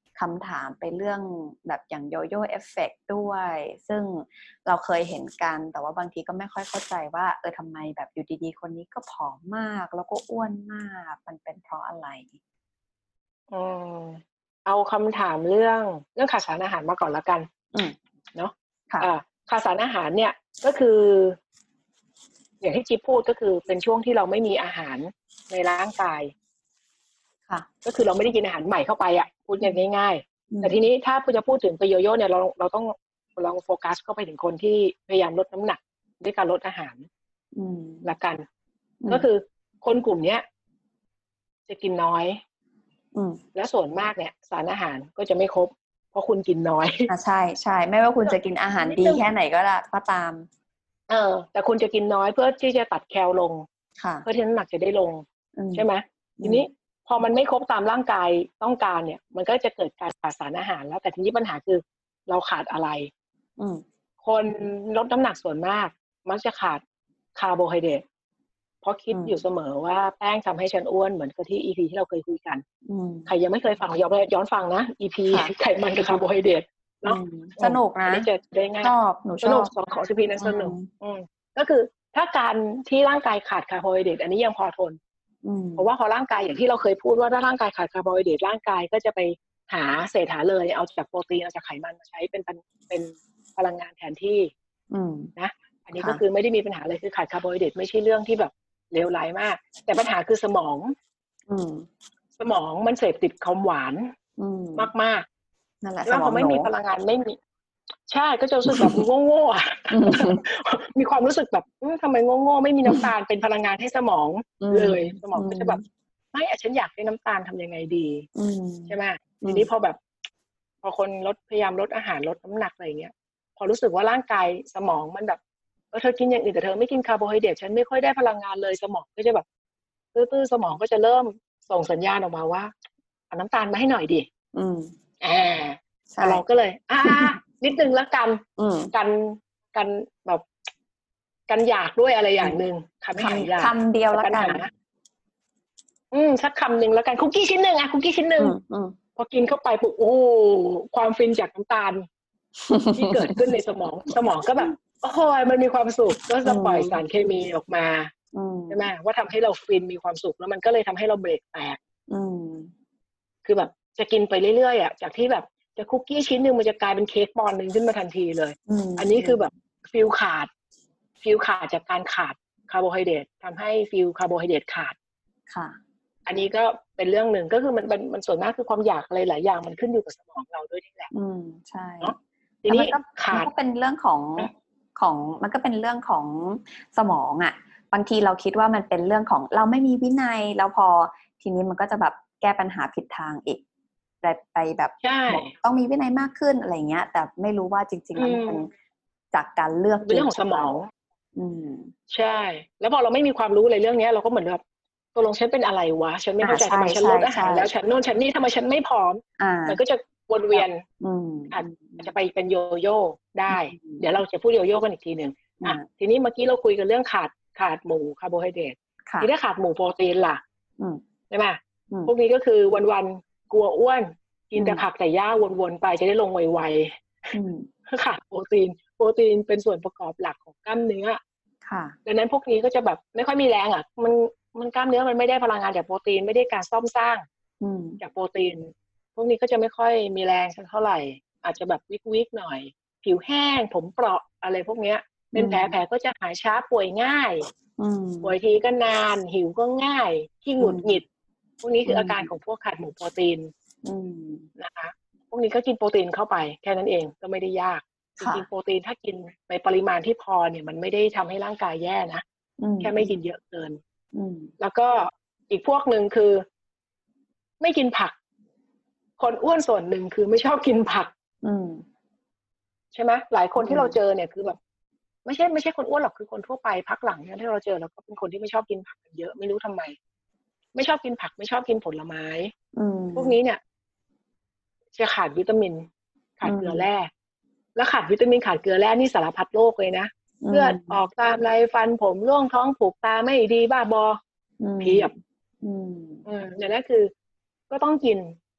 คำถามไปเรื่องแบบอย่างโยโย่เอฟเฟกต์ด้วยซึ่งเราเคยเห็นกันแต่ว่าบางทีก็ไม่ค่อยเข้าใจว่าเออทำไมแบบอยู่ดีๆคนนี้ก็ผอมมากแล้วก็อ้วนมากมันเป็นเพราะอะไรอืมเอาคำถามเรื่องเรื่องขาดสารอาหารมาก่อนละกันเนาะค่ะขาดสารอาหารเนี่ยก็คืออย่างที่จิ๊บพูดก็คือเป็นช่วงที่เราไม่มีอาหารในร่างกายค่ะก็คือเราไม่ได้กินอาหารใหม่เข้าไปอ่ะพูดอย่างง่ายๆแต่ทีนี้ถ้าคุณจะพูดถึงไปโยโย่เนี่ยเราเราต้องลองโฟกัสเข้าไปถึงคนที่พยายามลดน้ำหนักด้วยการลดอาหารละกันก็คือคนกลุ่มเนี้ยจะกินน้อยและส่วนมากเนี่ยสารอาหารก็จะไม่ครบเพราะคุณกินน้อยอ่ะใช่ใช่ไม่ว่าคุณจะกินอาหารดีแค่ไหนก็ได้ก็ตามเออแต่คุณจะกินน้อยเพื่อที่จะตัดแคลลงเพื่อที่น้ำหนักจะได้ลงใช่ไหมทีนี้พอมันไม่ครบตามร่างกายต้องการเนี่ยมันก็จะเกิดการขาดสารอาหารแล้วแต่ทีนี้ปัญหาคือเราขาดอะไรคนลดน้ำหนักส่วนมากมักจะขาดคาร์โบไฮเดรตเพราะคิดอยู่เสมอว่าแป้งทำให้ฉันอ้วนเหมือนกับที่ อี พี ที่เราเคยคุยกันใครยังไม่เคยฟังย้อนย้อนฟังนะ อี พี ไขมันกับคาร์โบไฮเดรตเนาะสนุกนะจะได้ง่ายชอบหนูชอบสนุกสองของ อี พี นั้นสนุกก็คือถ้าการที่ร่างกายขาดคาร์โบไฮเดรตอันนี้ยังพอทนเพราะว่าพอร่างกายอย่างที่เราเคยพูดว่าถ้าร่างกายขาดคาร์โบไฮเดรตร่างกายก็จะไปหาเศษหาเลยเอาจากโปรตีนเอาจากไขมันมาใช้เป็นเป็นพลังงานแทนที่นะอันนี้ก็คือไม่ได้มีปัญหาเลยคือขาดคาร์โบไฮเดรตไม่ใช่เรื่องที่แบบเลวร้ายมากแต่ปัญหาคือสมองสมองมันเสพติดความหวานมากๆนั่นแหละแล้วพอไม่มีพลังงานไม่มีใช่ก็จะรู้สึกแบบโง่ๆอ่ะมีความรู้สึกแบบทำไมโง่ๆไม่มีน้ำตาลเป็นพลังงานให้สมองเลยสมองก็จะแบบไม่ฉันอยากได้น้ำตาลทำยังไงดีใช่ไหมทีนี้พอแบบพอคนลดพยายามลดอาหารลดน้ำหนักอะไรเงี้ยพอรู้สึกว่าร่างกายสมองมันแบบเออเธอกินอย่างอื่นแต่เธอไม่กินคาร์โบไฮเดรตฉันไม่ค่อยได้พลังงานเลยสมองก็จะแบบตื้อๆสมองก็จะเริ่มส่งสัญญาณออกมาว่าเอาน้ำตาลมาให้หน่อยดิอืมอ่าเราก็เลยอ่านิดนึงแล้วกันกันกันแบบกันอยากด้วยอะไรอย่างหนึ่งทำให้หายอยากคำเดียวแล้วกันอืมสักคำหนึ่งแล้วกันคุกกี้ชิ้นหนึ่งอะคุกกี้ชิ้นหนึ่งพอกินเข้าไปปุ๊บโอ้ความฟินจากน้ำตาลที่เกิดขึ้นในสมองสมองก็แบบโอ้ยมันมีความสุขก็จะปล่อยสารเคมีออกมาใช่ไหมว่าทำให้เราฟินมีความสุขแล้วมันก็เลยทำให้เราเบรกแตกคือแบบจะกินไปเรื่อยๆอ่ะจากที่แบบจะคุกกี้ชิ้นหนึ่งมันจะกลายเป็นเค้กปอนด์หนึ่งขึ้นมาทันทีเลยอันนี้คือแบบฟิลขาดฟิลขาดจากการขาดคาร์โบไฮเดรตทำให้ฟิลคาร์โบไฮเดรตขาดค่ะอันนี้ก็เป็นเรื่องหนึ่งก็คือมันมันมันส่วนมากคือความอยากอะไรหลายอย่างมันขึ้นอยู่กับสมองเราด้วยนี่แหละอืมใช่เนาะทีนี้ขาดก็เป็นเรื่องของของมันก็เป็นเรื่องของสมองอ่ะบางทีเราคิดว่ามันเป็นเรื่องของเราไม่มีวินัยแล้วพอทีนี้มันก็จะแบบแก้ปัญหาผิดทางอีกไปไปแบบต้องมีวินัยมากขึ้นอะไรเงี้ยแต่ไม่รู้ว่าจริงๆมันเป็นจากการเลือกเป็นเรื่องของสมองอืมใช่แล้วพอเราไม่มีความรู้อะไรเรื่องนี้เราก็เหมือนแบบตกลงฉันเป็นอะไรวะฉันไม่เข้าใจทำไมฉันลดอาหารแล้วฉันโน่นฉันนี่ทำไมฉันไม่พร้อมมันก็จะวนเวียนอาจจะไปเป็นโยโย่ได้เดี๋ยวเราจะพูดโยโย่กันอีกทีหนึ่งอ่ะทีนี้เมื่อกี้เราคุยกันเรื่องขาดขาดหมู่คาร์โบไฮเดรตทีนี้ขาดหมู่โปรตีนล่ะใช่ไหมพวกนี้ก็คือวันๆกลัวอ้วนกินแต่ผักแต่หญ้าวนๆไปจะได้ลงไวๆขาดโปรตีนโปรตีนเป็นส่วนประกอบหลักของกล้ามเนื้อดังนั้นพวกนี้ก็จะแบบไม่ค่อยมีแรงอ่ะมันมันกล้ามเนื้อมันไม่ได้พลังงานจากโปรตีนไม่ได้การซ่อมสร้างจากโปรตีนพวกนี้ก็จะไม่ค่อยมีแรงสักเท่าไหร่อาจจะแบบวิกๆหน่อยผิวแห้งผมเปราะอะไรพวกเนี้ยเป็นแผลแผลก็จะหายช้าป่วยง่ายป่วยทีก็นานหิวก็ง่ายขี้หงุดหงิดพวกนี้คืออาการของพวกขาดหมู่โปรตีนนะคะพวกนี้ก็กินโปรตีนเข้าไปแค่นั้นเองก็ไม่ได้ยากจริงๆโปรตีนถ้ากินในปริมาณที่พอเนี่ยมันไม่ได้ทำให้ร่างกายแย่นะแค่ไม่กินเยอะเกินแล้วก็อีกพวกหนึ่งคือไม่กินผักคนอ้วนส่วนหนึ่งคือไม่ชอบกินผักใช่ไหมหลายคนที่เราเจอเนี่ยคือแบบไม่ใช่ไม่ใช่คนอ้วนหรอกคือคนทั่วไปพักหลังเนี่ยที่เราเจอแล้วก็เป็นคนที่ไม่ชอบกินผักกันเยอะไม่รู้ทำไมไม่ชอบกินผักไม่ชอบกินผลไม้พวกนี้เนี่ยจะขาดวิตามินขาดเกลือแร่แล้วขาดวิตามินขาดเกลือแร่นี่สารพัดโรคเลยนะเลือดออกตามไรฟันผมร่วงท้องผูกตาไม่ดีบ้าบอเพียบอืมนั่นแหละคือก็ต้องกิน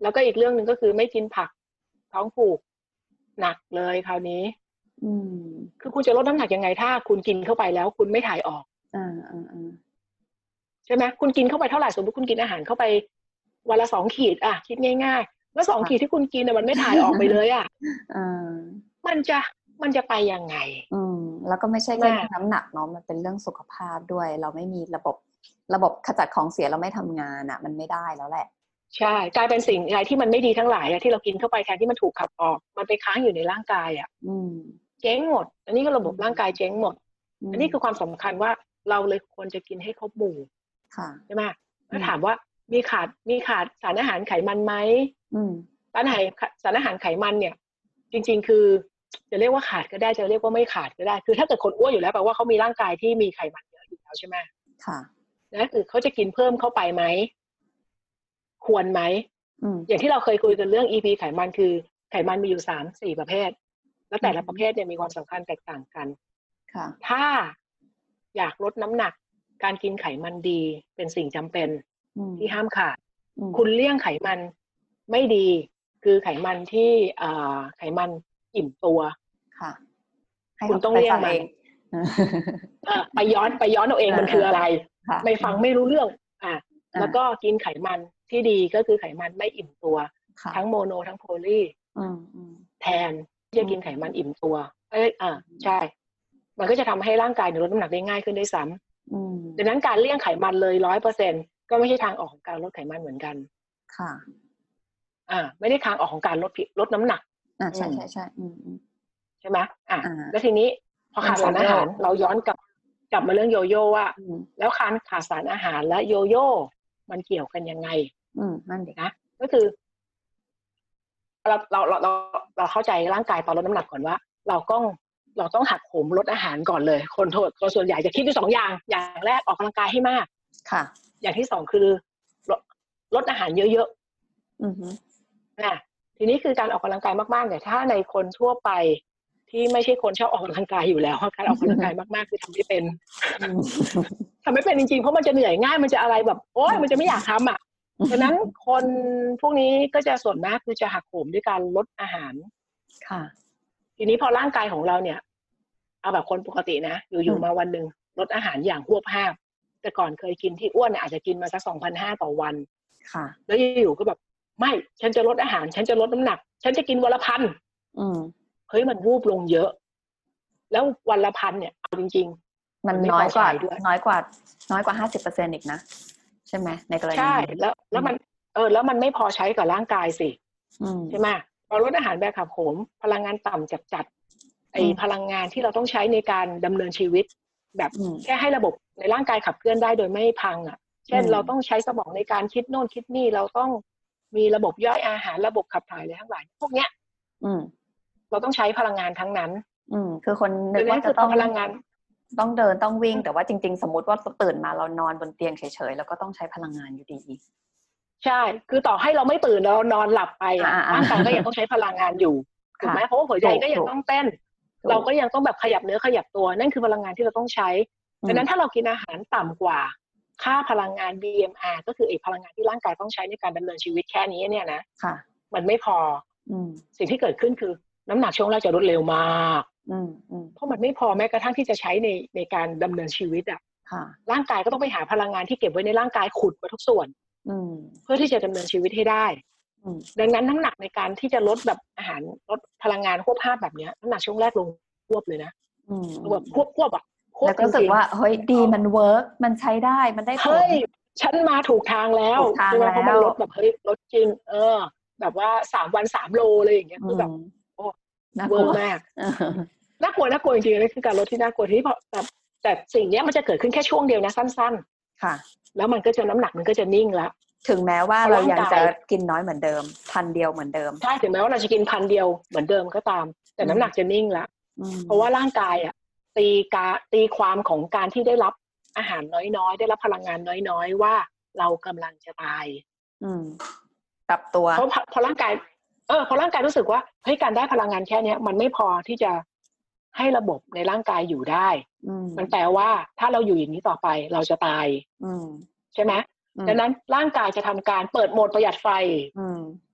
แล้วก็อีกเรื่องหนึ่งก็คือไม่กินผักท้องผูกหนักเลยคราวนี้อืมคือคุณจะลดน้ำหนักยังไงถ้าคุณกินเข้าไปแล้วคุณไม่ถ่ายออกอ่าอ่าอ่าใช่ไหมคุณกินเข้าไปเท่าไหร่สมมติคุณกินอาหารเข้าไปวันละสองขีดอ่ะคิดง่ายๆแล้วสองขีดที่คุณกินเนี่ยมันไม่ถ่ายออกไปเลยอ่ะอ่ามันจะมันจะไปยังไงอืมแล้วก็ไม่ใช่แค่น้ำหนักเนาะมันเป็นเรื่องสุขภาพด้วยเราไม่มีระบบระบบขจัดของเสียเราไม่ทำงานอ่ะมันไม่ได้แล้วแหละใช่กลายเป็นสิ่งอะไรที่มันไม่ดีทั้งหลายอะที่เรากินเข้าไปแทนที่มันถูกขับออกมันไปค้างอยู่ในร่างกายอ่ะอืมเจ๊งหมดอันนี้ก็ระบบร่างกายเจ๊งหมดอันนี้คือความสำคัญว่าเราเลยควรจะกินให้ครบหมู่ใช่ไหมถ้าถามว่ามีขาดมีขาดสารอาหารไขมันไหมสารอาหารสารอาหารไขมันเนี่ยจริงๆคือจะเรียกว่าขาดก็ได้จะเรียกว่าไม่ขาดก็ได้คือถ้าเกิดคนอ้วนอยู่แล้วแปลว่าเขามีร่างกายที่มีไขมันเยอะอยู่แล้วใช่ไหมค่ะนั่นคือเขาจะกินเพิ่มเข้าไปไหมควรไหมอย่างที่เราเคยคุยกันเรื่อง อี พี ไขมันคือไขมันมีอยู่สามสี่ประเภทแล้วแต่ละประเภทเนี่ยมีความสำคัญแตกต่างกันถ้าอยากลดน้ำหนักการกินไขมันดีเป็นสิ่งจำเป็นที่ห้ามขาดคุณเลี่ยงไขมันไม่ดีคือไขมันที่ไขมันอิ่มตัวคุณต้องเลี่ยงมันไปย้อนไปย้อนเอาเองมันคืออะไรไม่ฟังไม่รู้เรื่องอ่ะแล้วก็กินไขมันที่ดีก็คือไขมันไม่อิ่มตัวทั้งโมโนทั้งโพลีแทนที่จะกินไขมันอิ่มตัวเอ้ยอ่าใช่มันก็จะทำให้ร่างกายลดน้ำหนักได้ง่ายขึ้นได้ซ้ำดังนั้นการเลี่ยงไขมันเลยร้อยเปอร์เซ็นต์ก็ไม่ใช่ทางออกของการลดไขมันเหมือนกันค่ะอ่าไม่ได้ทางออกของการลดลดน้ำหนักอ่าใช่ใช่ใช่ใช่ไหมอ่าแล้วทีนี้พอขาดสารอาหารเราย้อนกลับกลับมาเรื่องโยโย่ว่าแล้วการขาดสารอาหารและโยโย่มันเกี่ยวกันยังไงอืมนั่นดินะก็คือเราเราเราเราเราเข้าใจร่างกายตอนลดน้ำหนักก่อนว่าเราต้องเราต้องหักโหมลดอาหารก่อนเลยคนโทษคนส่วนใหญ่จะคิดอยู่สองอย่างอย่างแรกออกกำลังกายให้มากค่ะอย่างที่สองคือลดลดอาหารเยอะๆอือฮึอ่ะทีนี้คือการออกกำลังกายมากๆเนี่ยถ้าในคนทั่วไปที่ไม่ใช่คนชอบออกกำลังกายอยู่แล้วการออกกำลังกายมากๆคือทำไม่เป็นทำไม่เป็นจริงๆเพราะมันจะเหนื่อยง่ายมันจะอะไรแบบโอ๊ยมันจะไม่อยากทำอ่ะดังนั้นคนพวกนี้ก็จะส่วนมากคือจะหักโหมด้วยการลดอาหารค่ะทีนี้พอร่างกายของเราเนี่ยเอาแบบคนปกตินะอยู่ๆมาวันหนึ่งลดอาหารอย่างหวบห้าบแต่ก่อนเคยกินที่อ้วนเนี่ยอาจจะกินมาสัก สองพันห้าร้อย ต่อวันค่ะแล้วอยู่ๆก็แบบไม่ฉันจะลดอาหารฉันจะลดน้ำหนักฉันจะกินวันละพันอืมเฮ้ยมันวูบลงเยอะแล้ววันละพันเนี่ยเอาจริงๆมันน้อยกว่าน้อยกว่าน้อยกว่า ห้าสิบเปอร์เซ็นต์ อีกนะใช่ไหมในกรณีใช่แล้วแล้วมันเออแล้วมันไม่พอใช้กับร่างกายสิใช่ไหมพอลดอาหารแบบขับโหมพลังงานต่ำจัดจัดไอพลังงานที่เราต้องใช้ในการดำเนินชีวิตแบบแค่ให้ระบบในร่างกายขับเคลื่อนได้โดยไม่พังอ่ะเช่นเราต้องใช้สมองในการคิดโน่นคิดนี่เราต้องมีระบบย่อยอาหารระบบขับถ่ายอะไรทั้งหลายพวกเนี้ยเราต้องใช้พลังงานทั้งนั้นอืมคือคนนึกว่าจะต้องพลังงานต้องเดินต้องวิ่งแต่ว่าจริงๆสมมติว่าตื่นมาเรานอนบนเตียงเฉยๆแล้วก็ต้องใช้พลังงานอยู่ดีใช่คือต่อให้เราไม่ตื่นเรานอนหลับไปอ่ะร่างกายก็ยังต้องใช้พลังงานอยู่ถูกไหมเพราะว่าหัวใจก็ยังต้องเต้นเราก็ยังต้องแบบขยับเนื้อขยับตัวนั่นคือพลังงานที่เราต้องใช้ดังนั้นถ้าเรากินอาหารต่ำกว่าค่าพลังงาน บี เอ็ม อาร์ ก็คือไอ้พลังงานที่ร่างกายต้องใช้ในการดำเนินชีวิตแค่นี้เนี่ยนะมันไม่พอสิ่งที่เกิดขึ้นคือน้ำหนักช่วงแรกจะลดเร็วมากเพราะมันไม่พอแม้กระทั่งที่จะใช้ในในการดำเนินชีวิตอ่ะร่างกายก็ต้องไปหาพลังงานที่เก็บไว้ในร่างกายขุดมาทุกส่วนเพื่อที่จะดำเนินชีวิตให้ได้ดังนั้นน้ำหนักในการที่จะลดแบบอาหารลดพลังงานควบห้าแบบนี้น้ำหนักช่วงแรกลงควบเลยนะแบบควบควบอ่ะแล้วก็รู้สึกว่าเฮ้ยดีมันเวิร์กมันใช้ได้มันได้ผลเฮ้ยฉันมาถูกทางแล้วใช่ไหมเพราะมันลดแบบเฮ้ยลดจริงเออแบบว่าสามวันสามโลเลยอย่างเงี้ยคือแบบโอ้เวิร์กมากน่ากลัวน่ากลัวจริงๆนี่คือการลดที่น่ากลัวที่เพราะแต่แต่สิ่งนี้มันจะเกิดขึ้นแค่ช่วงเดียวนะสั้นๆค่ะแล้วมันก็จะน้ำหนักมันก็จะนิ่งละถึงแม้ว่าเรายังจะกินน้อยเหมือนเดิมพันเดียวเหมือนเดิมใช่ถึงแม้ว่าเราจะกินพันเดียวเหมือนเดิมก็ตามแต่น้ำหนักจะนิ่งละเพราะว่าร่างกายอ่ะตีกาตีความของการที่ได้รับอาหารน้อยๆได้รับพลังงานน้อยๆว่าเรากำลังจะตายอืมกลับตัวเพราะพอร่างกายเออพอร่างกายรู้สึกว่าเฮ้ยการได้พลังงานแค่นี้มันไม่พอที่จะให้ระบบในร่างกายอยู่ได้มันแปลว่าถ้าเราอยู่อย่างนี้ต่อไปเราจะตายใช่ไหมดังนั้นร่างกายจะทำการเปิดโหมดประหยัดไฟ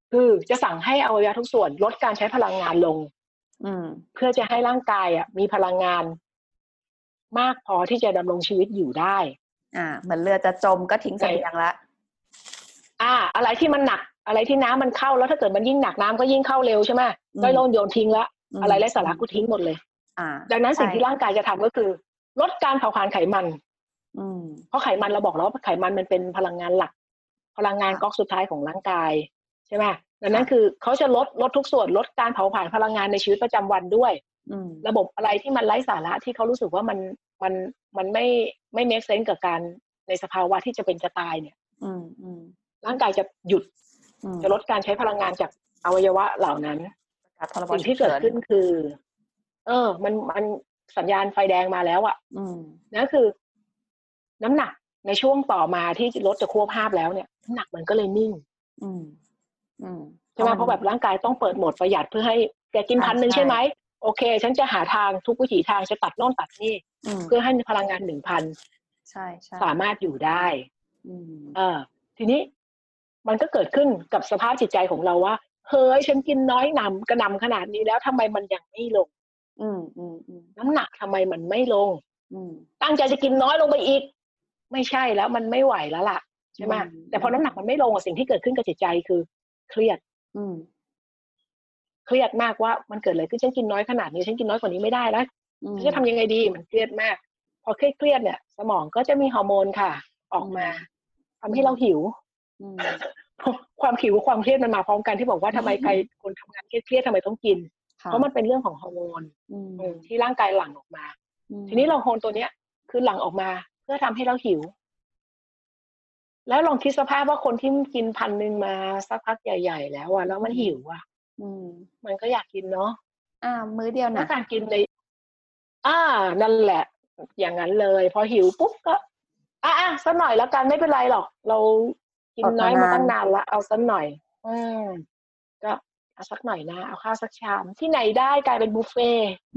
คือจะสั่งให้อวัยวะทุกส่วนลดการใช้พลังงานลงอืมเพื่อจะให้ร่างกายอ่ะมีพลังงานมากพอที่จะดำรงชีวิตอยู่ได้อ่า เหมือนเรือจะจมก็ทิ้งเสบียงละอ่า อะไรที่มันหนักอะไรที่น้ำมันเข้าแล้วถ้าเกิดมันยิ่งหนักน้ำก็ยิ่งเข้าเร็วใช่ไหมก็โยนโยนทิ้งละอะไรไร้สาระกูทิ้งหมดเลยอ่าดังนั้นสิ่งที่ร่างกายจะทำก็คือลดการเผาผลาญไขมันอืมเพราะไขมันเราบอกแล้วว่าไขมันมันเป็นพลังงานหลักพลังงานก๊อกสุดท้ายของร่างกายใช่ไหมดังนั้นคือเขาจะลดลดทุกส่วนลดการเผาผลาญพลังงานในชีวิตประจำวันด้วยระบบอะไรที่มันไร้สาระที่เขารู้สึกว่ามันมันมันไม่ไม่เมคเซนส์กับการในสภาวะที่จะเป็นจะตายเนี่ยร่างกายจะหยุดจะลดการใช้พลังงานจากอวัยวะเหล่านั้นสิ่งที่เกิดขึ้นคือ เออ มันมันสัญญาณไฟแดงมาแล้วอ่ะนั่นคือน้ำหนักในช่วงต่อมาที่ลดจะควบภาพแล้วเนี่ยน้ำหนักมันก็เลยนิ่งใช่ไหมเพราะแบบร่างกายต้องเปิดโหมดประหยัดเพื่อให้แกกินพันหนึ่งใช่ไหมโอเคฉันจะหาทางทุกวิถีทางจะตัดโน่นตัดนี่เพื่อให้พลังงานหนึ่งพันใช่ใช่สามารถอยู่ได้เออทีนี้มันก็เกิดขึ้นกับสภาพจิตใจของเราว่าเฮ้ยฉันกินน้อยหนำกระหน่ำขนาดนี้แล้วทำไมมันยังไม่ลงน้ำหนักทำไมมันไม่ลงตั้งใจจะกินน้อยลงไปอีกไม่ใช่แล้วมันไม่ไหวแล้วล่ะใช่ไหมแต่พอน้ำหนักมันไม่ลงสิ่งที่เกิดขึ้นกับจิตใจคือเครียดเครียดมากว่ามันเกิดอะไรขึ้นฉันกินน้อยขนาดนี้ฉันกินน้อยกว่านี้ไม่ได้แล้วฉันจะทำยังไงดีมันเครียดมากพอเครียดเครียดเนี่ยสมองก็จะมีฮอร์โมนค่ะออกมาทำให้เราหิวความหิวความเครียดมันมาพร้อมกันที่บอกว่าทำไมใครคนทำงานเครียดๆทำไมต้องกินเพราะมันเป็นเรื่องของฮอร์โมนที่ร่างกายหลั่งออกมาทีนี้เราฮอร์โมนตัวเนี้ยคือหลั่งออกมาเพื่อทำให้เราหิวแล้วลองคิดสภาพว่าคนที่กินพันหนึ่งมาสักพักใหญ่ๆแล้วอ่ะแล้วมันหิวอ่ะมันก็อยากกินเนาะอ่ามื้อเดียวนะการกินในอ่านั่นแหละอย่างนั้นเลยพอหิวปุ๊บก็อ่ะอ่ะสักหน่อยแล้วกันไม่เป็นไรหรอกเรากินน้อยมาตั้งนานละเอาสักหน่อยอืมก็เอาสักหน่อยนะเอาข้าวสักชามที่ไหนได้กลายเป็นบุฟเฟ่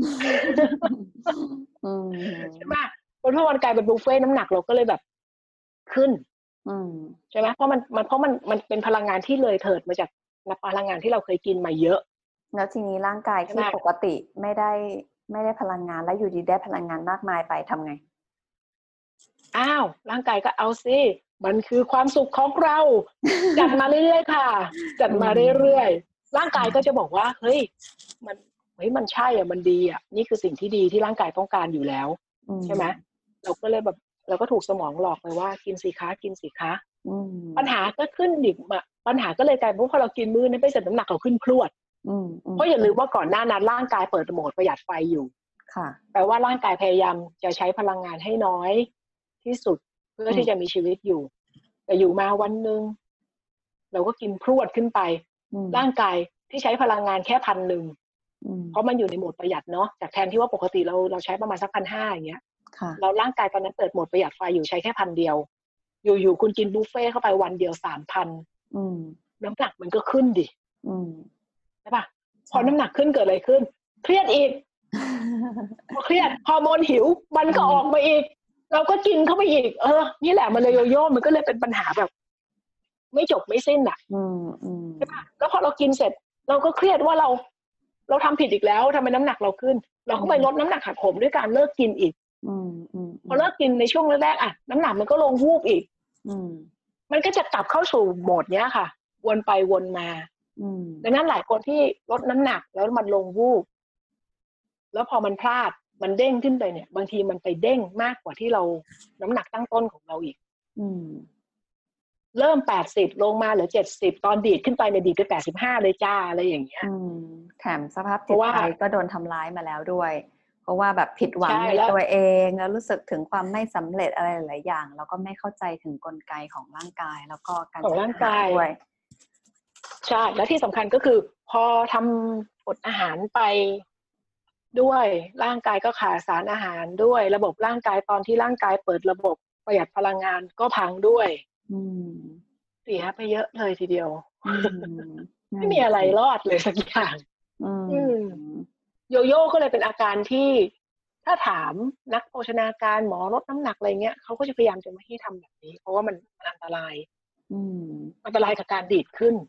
ใช่ไหมพอทุกวันกลายเป็นบุฟเฟ่น้ำหนักเราก็เลยแบบขึ้นใช่ไหมเพราะมันมันเพราะมันมันเป็นพลังงานที่เลยเถิดมาจากพลังงานที่เราเคยกินมาเยอะแล้วทีนี้ร่างกายที่ปกติไม่ได้ไม่ได้พลังงานแล้วอยู่ดีได้พลังงานมากมายไปทำไงอ้าวร่างกายก็เอาสิมันคือความสุขของเราจัดมาเรื่อยๆค่ะจัดมาเรื่อยๆร่างกายก็จะบอกว่าเฮ้ยมันเฮ้ยมันใช่อ่ะมันดีอ่ะนี่คือสิ่งที่ดีที่ร่างกายต้องการอยู่แล้วใช่ไหมเราก็เลยแบบเราก็ถูกสมองหลอกไปว่ากินสิคะกินสิคะปัญหาก็ขึ้นดิบอ่ะปัญหาก็เลยกลายเป็นพอเรากินมื้อนั้นไปเสร็จน้ำหนักเราขึ้นพรวดเพราะอย่าลืมว่าก่อนหน้านั้นร่างกายเปิดโหมดประหยัดไฟอยู่ค่ะแปลว่าร่างกายพยายามจะใช้พลังงานให้น้อยที่สุดเพื่อที่จะมีชีวิตอยู่แต่อยู่มาวันนึงเราก็กินพรวดขึ้นไปร่างกายที่ใช้พลังงานแค่พันหนึ่งเพราะมันอยู่ในโหมดประหยัดเนาะจากแทนที่ว่าปกติเราเราใช้ประมาณสักพันห้าอย่างเงี้ยเราร่างกายตอนนั้นเปิดโหมดประหยัดไฟอยู่ใช้แค่พันเดียวอยู่ๆคุณกินบุฟเฟ่เข้าไปวันเดียวสามพันน้ำหนักมันก็ขึ้นดิใช่ปะพอน้ำหนักขึ้นเกิดอะไรขึ้นเครียดอีกพอเครียดฮอร์โมนหิวมันก็ออกมาอีกเราก็กินเข้าไปอีกเออนี่แหละมันเลยโยโย่มันก็เลยเป็นปัญหาแบบไม่จบไม่สิ้นอ่ะใช่ปะแล้วพอเรากินเสร็จเราก็เครียดว่าเราเราทำผิดอีกแล้วทำไมน้ำหนักเราขึ้นเราก็ไปลดน้ำหนักหักโหมด้วยการเลิกกินอีกพอเลิกกินในช่วงแรกๆอ่ะน้ำหนักมันก็ลงวูบอีกมันก็จะกลับเข้าสู่โหมดเนี้ยค่ะวนไปวนมาดังนั้นหลายคนที่ลดน้ำหนักแล้วมันลงวูบแล้วพอมันพลาดมันเด้งขึ้นไปเนี่ยบางทีมันไปเด้งมากกว่าที่เราน้ำหนักตั้งต้นของเราอีกเริ่มแปดสิบลงมาเหลือเจ็ดสิบตอนดีดขึ้นไปเนี่ยดีดไปแปดสิบห้าเลยจ้าอะไรอย่างเงี้ยแถมสภาพจิตใจก็โดนทำร้ายมาแล้วด้วยเพราะว่าแบบผิดหวังในตัวเองแล้วรู้สึกถึงความไม่สำเร็จอะไรหลายอย่างแล้วก็ไม่เข้าใจถึงกลไกของร่างกายแล้วก็การของร่างกายด้วยใช่แล้วที่สำคัญก็คือพอทำอดอาหารไปด้วยร่างกายก็ขาดสารอาหารด้วยระบบร่างกายตอนที่ร่างกายเปิดระบบประหยัดพลังงานก็พังด้วยเสียไปเยอะเลยทีเดียวไม่มีอะไรรอดเลยสักอย่างโยโย่ก็เลยเป็นอาการที่ถ้าถามนักโภชนาการหมอลดน้ำหนักอะไรเงี้ยเขาก็จะพยายามจะไม่ให้ทำแบบนี้เพราะว่ามันอันตรายอันตรายกับการดีดขึ้น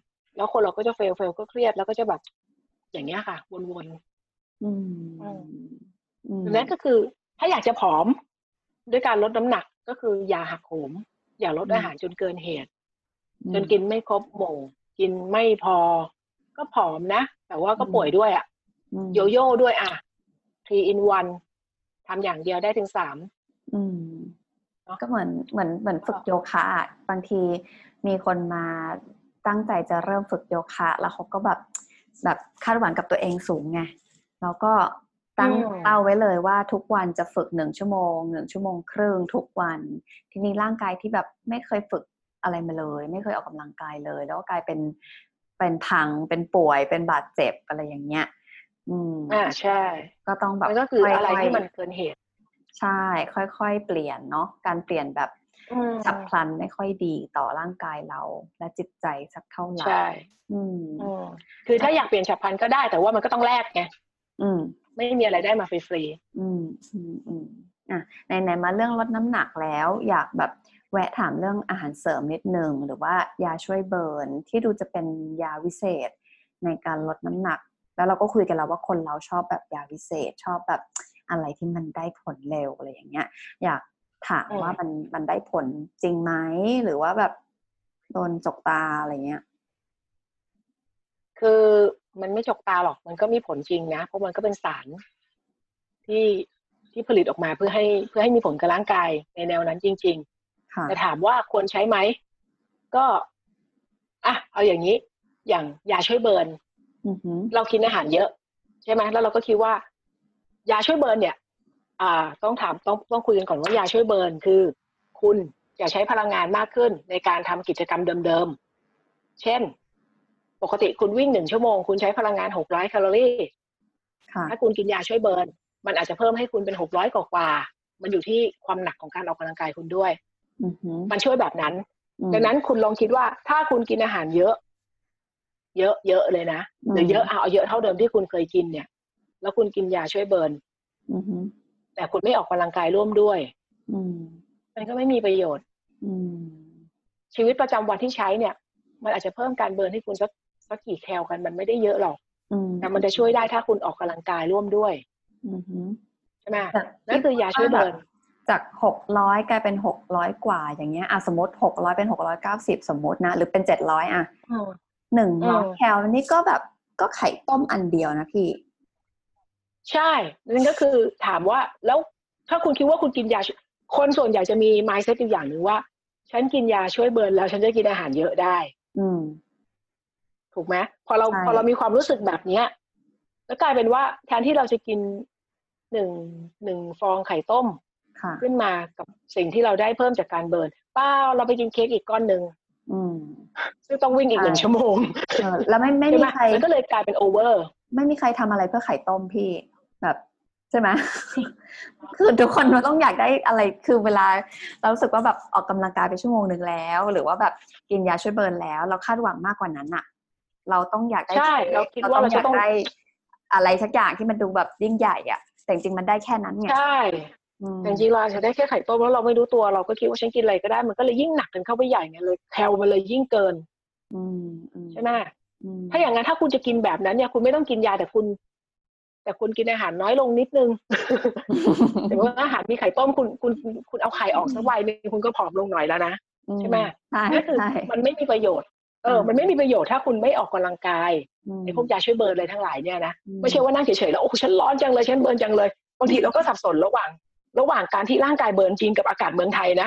แล้วคนเราก็จะเฟลเฟลก็เครียดแล้วก็จะแบบอย่างเงี้ยค่ะวนอืๆดังมนั้นก็คือถ้าอยากจะผอมด้วยการลดน้ำหนักก็คืออย่าหักโหมอย่าลดอาหารจนเกินเหตุจนกินไม่ครบหมู่กินไม่พอก็ผอมนะแต่ว่าก็ป่วยด้วยอ่ะโยโย่ด้วยอ่ะ three in one ทำอย่างเดียวได้ถึงสามก็เหมือนเหมือนเหมือนฝึกโยคะบางทีมีคนมาตั้งใจจะเริ่มฝึกโยคะแล้วเขาก็แบบแบบคาดหวังกับตัวเองสูงไงแล้วก็ตั้งเป้าไว้เลยว่าทุกวันจะฝึกหนึ่งชั่วโมงหนึ่งชั่วโมงครึ่งทุกวันทีนี้ร่างกายที่แบบไม่เคยฝึกอะไรมาเลยไม่เคยออกกำลังกายเลยแล้วก็กลายเป็นเป็นพังเป็นป่วยเป็นบาดเจ็บอะไรอย่างเงี้ยอืมอ่าใช่ก็ต้องแบบมันก็คืออะไรที่มันเกินเหตุใช่ค่อยๆเปลี่ยนเนาะการเปลี่ยนแบบฉับพลันไม่ค่อยดีต่อร่างกายเราและจิตใจสักเท่าไหร่ใช่อืมคือถ้าอยากเปลี่ยนฉับพลันก็ได้แต่ว่ามันก็ต้องแลกไงอืมไม่มีอะไรได้มาฟรีๆอืมอืมอืมอ่ะไหนๆมาเรื่องลดน้ำหนักแล้วอยากแบบแวะถามเรื่องอาหารเสริมนิดนึงหรือว่ายาช่วยเบิร์นที่ดูจะเป็นยาวิเศษในการลดน้ำหนักแล้วเราก็คุยกันแล้วว่าคนเราชอบแบบยาวิเศษชอบแบบอะไรที่มันได้ผลเร็วอะไรอย่างเงี้ยอยากถามว่ามันมันได้ผลจริงไหมหรือว่าแบบโดนจกตาอะไรเงี้ยคือมันไม่จกตาหรอกมันก็มีผลจริงนะเพราะมันก็เป็นสารที่ที่ผลิตออกมาเพื่อให้เพื่อให้มีผลกับร่างกายในแนวนั้นจริงๆแต่ถามว่าควรใช้ไหมก็อ่ะเอาอย่างนี้อย่างยาช่วยเบิร์นเรากินอาหารเยอะใช่ไหมแล้วเราก็คิดว่ายาช่วยเบิร์นเนี่ยอ่าต้องถามต้องต้องคุยกันก่อนว่ายาช่วยเบิร์นคือคุณจะใช้พลังงานมากขึ้นในการทำกิจกรรมเดิมๆเช่นปกติคุณวิ่งหนึ่งชั่วโมงคุณใช้พลังงานหกร้อยแคลอรี่ถ้าคุณกินยาช่วยเบิร์นมันอาจจะเพิ่มให้คุณเป็นหกร้อยกว่ามันอยู่ที่ความหนักของการออกกำลังกายคุณด้วยมันช่วยแบบนั้นดังนั้นคุณลองคิดว่าถ้าคุณกินอาหารเยอะเยอะเยอะเลยนะหรือเยอะเอาเยอะเท่าเดิมที่คุณเคยกินเนี่ยแล้วคุณกินยาช่วยเบิร์นแต่คุณไม่ออกกำลังกายร่วมด้วยมันก็ไม่มีประโยชน์ชีวิตประจำวันที่ใช้เนี่ยมันอาจจะเพิ่มการเบิร์นให้คุณสักสักกี่แคลกันมันไม่ได้เยอะหรอกแต่มันจะช่วยได้ถ้าคุณออกกำลังกายร่วมด้วยใช่ไหมนั่นคือยาช่วยเบิร์นจากหกร้อยกลายเป็นหกร้อยกว่าอย่างเงี้ยอ่ะสมมติหกร้อยเป็นหกร้อยเก้าสิบสมมตินะหรือเป็นเจ็ดร้อยอ่ะหนึ่งร้อยแคลนี่ก็แบบก็ไข่ต้มอันเดียวนะพี่ใช่นั่นก็คือถามว่าแล้วถ้าคุณคิดว่าคุณกินยาคนส่วนใหญ่จะมี mindset อีกอย่างหนึ่งว่าฉันกินยาช่วยเบิร์นแล้วฉันจะกินอาหารเยอะได้อืมถูกไหมพอเราพอเรามีความรู้สึกแบบเนี้ยแล้วกลายเป็นว่าแทนที่เราจะกินหนึ่งหนึ่งฟองไข่ต้มขึ้นมากับสิ่งที่เราได้เพิ่มจากการเบิร์นเปล่าเราไปกินเค้กอีกก้อนหนึ่งซึ่งต้องวิ่งอีกหนึ่งชั่วโมงแล้วไม่ไม่มีใครมันก็เลยกลายเป็นโอเวอร์ไม่มีใครทำอะไรเพื่อไข่ต้มพี่แบบใช่ไหม คือทุกคนมันต้องอยากได้อะไรคือเวลาเรารู้สึกว่าแบบออกกำลังกายไปชั่วโมงหนึ่งแล้วหรือว่าแบบกินยาช่วยเบิร์นแล้วเราคาดหวังมากกว่านั้นอะเราต้องอยากได้ใช่เราคิดว่าเราจะต้องได้อะไรสักอย่างที่มันดูแบบยิ่งใหญ่อะแต่จริงๆมันได้แค่นั้นไงใช่แต่จริงๆเราจะได้แค่ไข่ต้มแล้วเราไม่รู้ตัวเราก็คิดว่าฉันกินอะไรก็ได้มันก็เลยยิ่งหนักกันเข้าไปใหญ่ไงเลยแคลมันเลยยิ่งเกินใช่ไหมถ้าอย่างนั้นถ้าคุณจะกินแบบนั้นเนี่ยคุณไม่ต้องกินยาแต่คุณแต่คุณกินอาหารน้อยลงนิดนึงแต่ว่าอาหารมีไข่ต้มคุณคุณคุณเอาไข่ออกสักใบนึงคุณก็ผอมลงหน่อยแล้วนะใช่ไหมนั่นคือมันไม่มีประโยชน์เออมันไม่มีประโยชน์ถ้าคุณไม่ออกกำลังกายไอ้พวกยาช่วยเบิร์นอะไรทั้งหลายเนี่ยนะไม่ใช่ว่านั่งเฉยๆแล้วโอ้ฉันร้อนจังเลยฉันเบิร์นจังเลยบางทีเราก็สับสนระหว่างระหว่างการที่ร่างกายเบิร์นจริงกับอากาศเมืองไทยนะ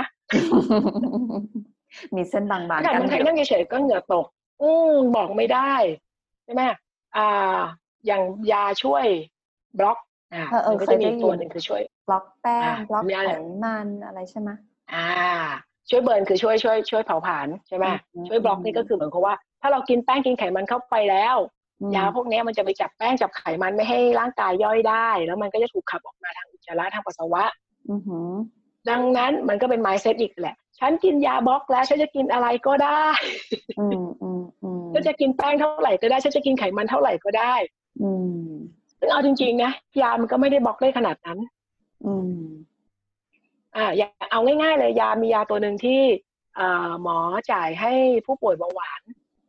มีเส้นบางๆอากาศเมืองไทยนั่งเฉยๆก็เหงื่อตกอืมบอกไม่ได้ใช่ไหมอ่าอย่างยาช่วยบล็อกอ่ามันก็จะมีตัวหนึ่งคือช่วยบล็อกแป้งบล็อกไขมันอะไรใช่ไหมอ่าช่วยเบิร์นคือช่วยช่วยช่วยเผาผลาญใช่ไหมช่วยบล็อกนี่ก็คือเหมือนกับว่าถ้าเรากินแป้งกินไขมันเข้าไปแล้วยาพวกนี้มันจะไปจับแป้งจับไขมันไม่ให้ร่างกายย่อยได้แล้วมันก็จะถูกขับออกมาทางอุจจาระทางปัสสาวะดังนั้นมันก็เป็น mindset อีกแหละฉันกินยาบล็อกแล้วฉันจะกินอะไรก็ได้ฉันจะกินแป้งเท่าไหร่ก็ได้ฉันจะกินไขมันเท่าไหร่ก็ได้ซึ่งเอาจริงๆนะยามันก็ไม่ได้บล็อกได้ขนาดนั้นอ่าอย่าเอาง่ายๆเลยยามียาตัวหนึ่งที่หมอจ่ายให้ผู้ป่วยเบาหวาน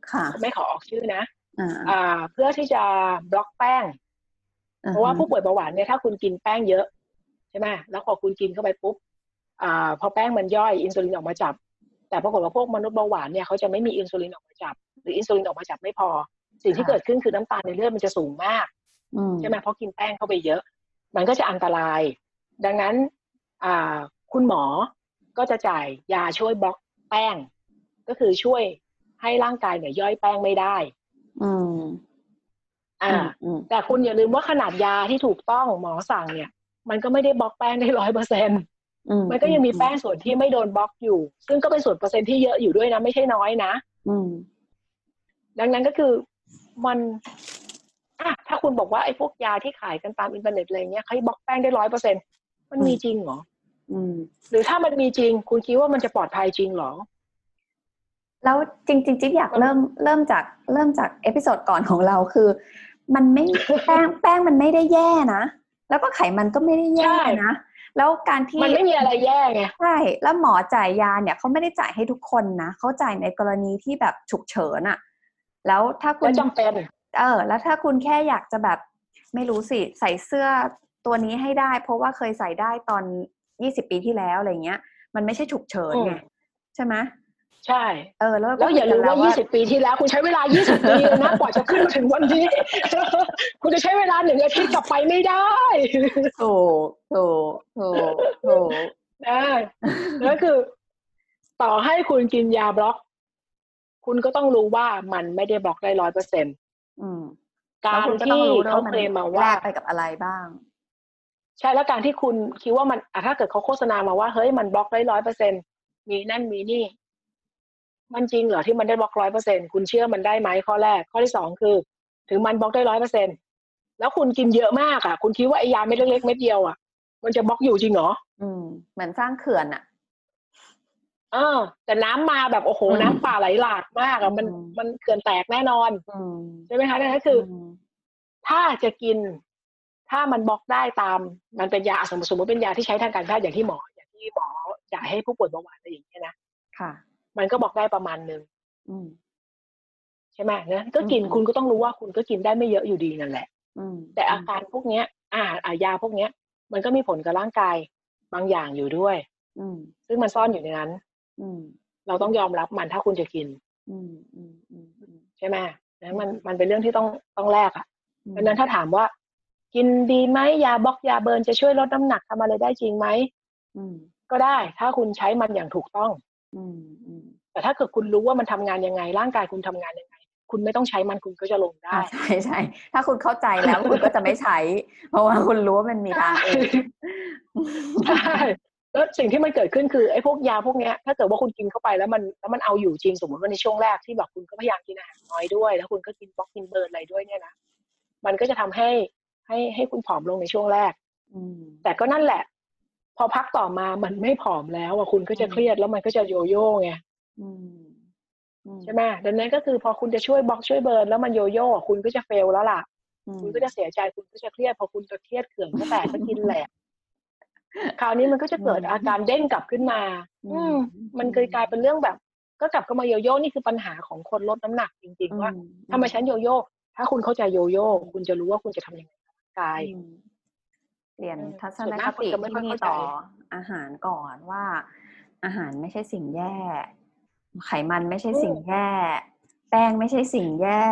ไม่ขอออกชื่อนะอ่าอ่า เพื่อที่จะบล็อกแป้งเพราะว่าผู้ป่วยเบาหวานเนี่ยถ้าคุณกินแป้งเยอะใช่ไหมแล้วพอคุณกินเข้าไปปุ๊บอ่าพอแป้งมันย่อยอินซูลินออกมาจับแต่ปรากฏว่าพวกมนุษย์เบาหวานเนี่ยเขาจะไม่มีอินซูลินออกมาจับหรืออินซูลินออกมาจับไม่พอสิ่งที่เกิดขึ้นคือน้ำตาลในเลือดมันจะสูงมากใช่ไหมเพราะกินแป้งเข้าไปเยอะมันก็จะอันตรายดังนั้นอ่าคุณหมอก็จะจ่ายยาช่วยบล็อกแป้งก็คือช่วยให้ร่างกายเนี่ยย่อยแป้งไม่ได้อืมอ่าแต่คุณอย่าลืมว่าขนาดยาที่ถูกต้องหมอสั่งเนี่ยมันก็ไม่ได้บล็อกแป้งได้ร้อยเปอร์เซ็นต์มันก็ยังมีแป้งส่วนที่ไม่โดนบล็อกอยู่ซึ่งก็เป็นส่วนเปอร์เซ็นต์ที่เยอะอยู่ด้วยนะไม่ใช่น้อยนะดังนั้นก็คือมันอ่ะถ้าคุณบอกว่าไอ้พวกยาที่ขายกันตามอินเทอร์เน็ตอะไรเงี้ยเขาบล็อกแป้งได้ร้อยเปอร์เซ็นต์มันมีจริงเหรอหรือถ้ามันมีจริงคุณคิดว่ามันจะปลอดภัยจริงเหรอแล้วจริงๆจิ๊บอยากเริ่มเริ่มจากเริ่มจากเอพิโซดก่อนของเราคือมันไม่ แป้งแป้งมันไม่ได้แย่นะแล้วก็ไขมันก็ไม่ได้แย่นะแล้วการที่มันไม่มีอะไรแย่ไงใช่แล้วหมอจ่ายยาเนี่ยเขาไม่ได้จ่ายให้ทุกคนนะเขาจ่ายในกรณีที่แบบฉุกเฉินอะแล้วถ้าคุณจำเป็นเออแล้วถ้าคุณแค่อยากจะแบบไม่รู้สิใส่เสื้อตัวนี้ให้ได้เพราะว่าเคยใส่ได้ตอนยี่สิบปีที่แล้วอะไรเงี้ยมันไม่ใช่ฉุกเฉินไงใช่ไหมใช่เออแล้วแล้วอย่าลืมว่ายี่สิบปีที่แล้วคุณใช้เวลายี่สิบปีเลยนะกว่าจะขึ้นมาถึงวันนี้ คุณจะใช้เวลาหนึ่งอาทิตย์กลับไปไม่ได้โถูกถูกถูกถูกนะนั่นคือต่อให้คุณกินยาบล็อกคุณก็ต้องรู้ว่ามันไม่ได้บล็อกได้ร้อยเปอร์เซ็นต์การที่เขาเคลมมาว่าแลกไปกับอะไรบ้างใช่แล้วการที่คุณคิดว่ามันถ้าเกิดเขาโฆษณามาว่าเฮ้ยมันบล็อกได้ร้อยเปอร์เซ็นต์มีนั่นมีนี่มันจริงเหรอที่มันได้บล็อกร้อยเปอร์เซ็นต์คุณเชื่อมันได้ไหมข้อแรกข้อที่สองคือถึงมันบล็อกได้ร้อยเปอร์เซ็นต์แล้วคุณกินเยอะมากอ่ะคุณคิดว่าไอ้ยาเม็ดเล็กๆเม็ดเดียวอ่ะมันจะบล็อกอยู่จริงเหรออืมเหมือนสร้างเขื่อนอ่ะเออแต่น้ำมาแบบโอ้โหน้ำป่าไหลหลากมากอ่ะมันมันเขื่อนแตกแน่นอนใช่ไหมคะนั่นก็คือถ้าจะกินถ้ามันบล็อกได้ตามมันเป็นยาสมมติสมมติเป็นยาที่ใช้ทางการแพทย์อย่างที่หมออย่างที่หมอจ่ายให้ผู้ป่วยเบาหวานอะไรอย่างเงี้ยนะค่ะมันก็บล็อกได้ประมาณนึงใช่ไหมนะก็กินคุณก็ต้องรู้ว่าคุณก็กินได้ไม่เยอะอยู่ดีนั่นแหละแต่อาการพวกเนี้ยอ่าอายาพวกเนี้ยมันก็มีผลกับร่างกายบางอย่างอยู่ด้วยซึ่งมันซ่อนอยู่ในนั้นเราต้องยอมรับมันถ้าคุณจะกินใช่ไหมนะมันมันเป็นเรื่องที่ต้องต้องแลกอ่ะดังนั้นถ้าถามว่ากินดีไหมยาบล็อกยาเบิร์นจะช่วยลดน้ำหนักทำอะไรได้จริงไหมก็ได้ถ้าคุณใช้มันอย่างถูกต้องแต่ถ้าเกิดคุณรู้ว่ามันทำงานยังไงร่างกายคุณทำงานยังไงคุณไม่ต้องใช้มันคุณก็จะลงได้ใช่ใช่ถ้าคุณเข้าใจแล้วคุณก็จะไม่ใช้เพราะว่าคุณรู้ว่ามันมีทางเองใช่แล้วสิ่งที่มันเกิดขึ้นคือไอ้พวกยาพวกเนี้ยถ้าเกิดว่าคุณกินเข้าไปแล้วมันแล้วมันเอาอยู่จริงสมมติว่าในช่วงแรกที่แบบคุณก็พยายามกินอาหารน้อยด้วยแล้วคุณก็กินบล็อกกินเบิร์นอะไรด้วยเนี่ยนะมันก็จะทำให้ให้ให้คุณผอมลงในช่วงแรกแต่ก็นั่นแหละพอพักต่อมามันไม่ผอมแล้วอ่ะคุณก็จะเครียดแล้วมันก็จะโยโย่ไงใช่ไหมดังนั้นก็คือพอคุณจะช่วยบล็อกช่วยเบิร์นแล้วมันโยโย่คุณก็จะเฟลแล้วล่ะคุณก็จะเสียใจคุณก็จะเครียดพอคุณจะเครียดเขื่อนก็แตกก็กินแหละคราวนี้มันก็จะเกิดอาการเด้งกลับขึ้นมาอืมมันเคยกลายเป็นเรื่องแบบก็กลับเข้ามาโยโย่นี่คือปัญหาของคนลดน้ำหนักจริงๆว่าทำไมฉันโยโย่ถ้าคุณเข้าใจโยโย่คุณจะรู้ว่าคุณจะทำยังไงกับร่างกายเปลี่ยนทัศนคติที่มีต่ออาหารก่อนว่าอาหารไม่ใช่สิ่งแย่ไขมันไม่ใช่สิ่งแย่แป้งไม่ใช่สิ่งแย่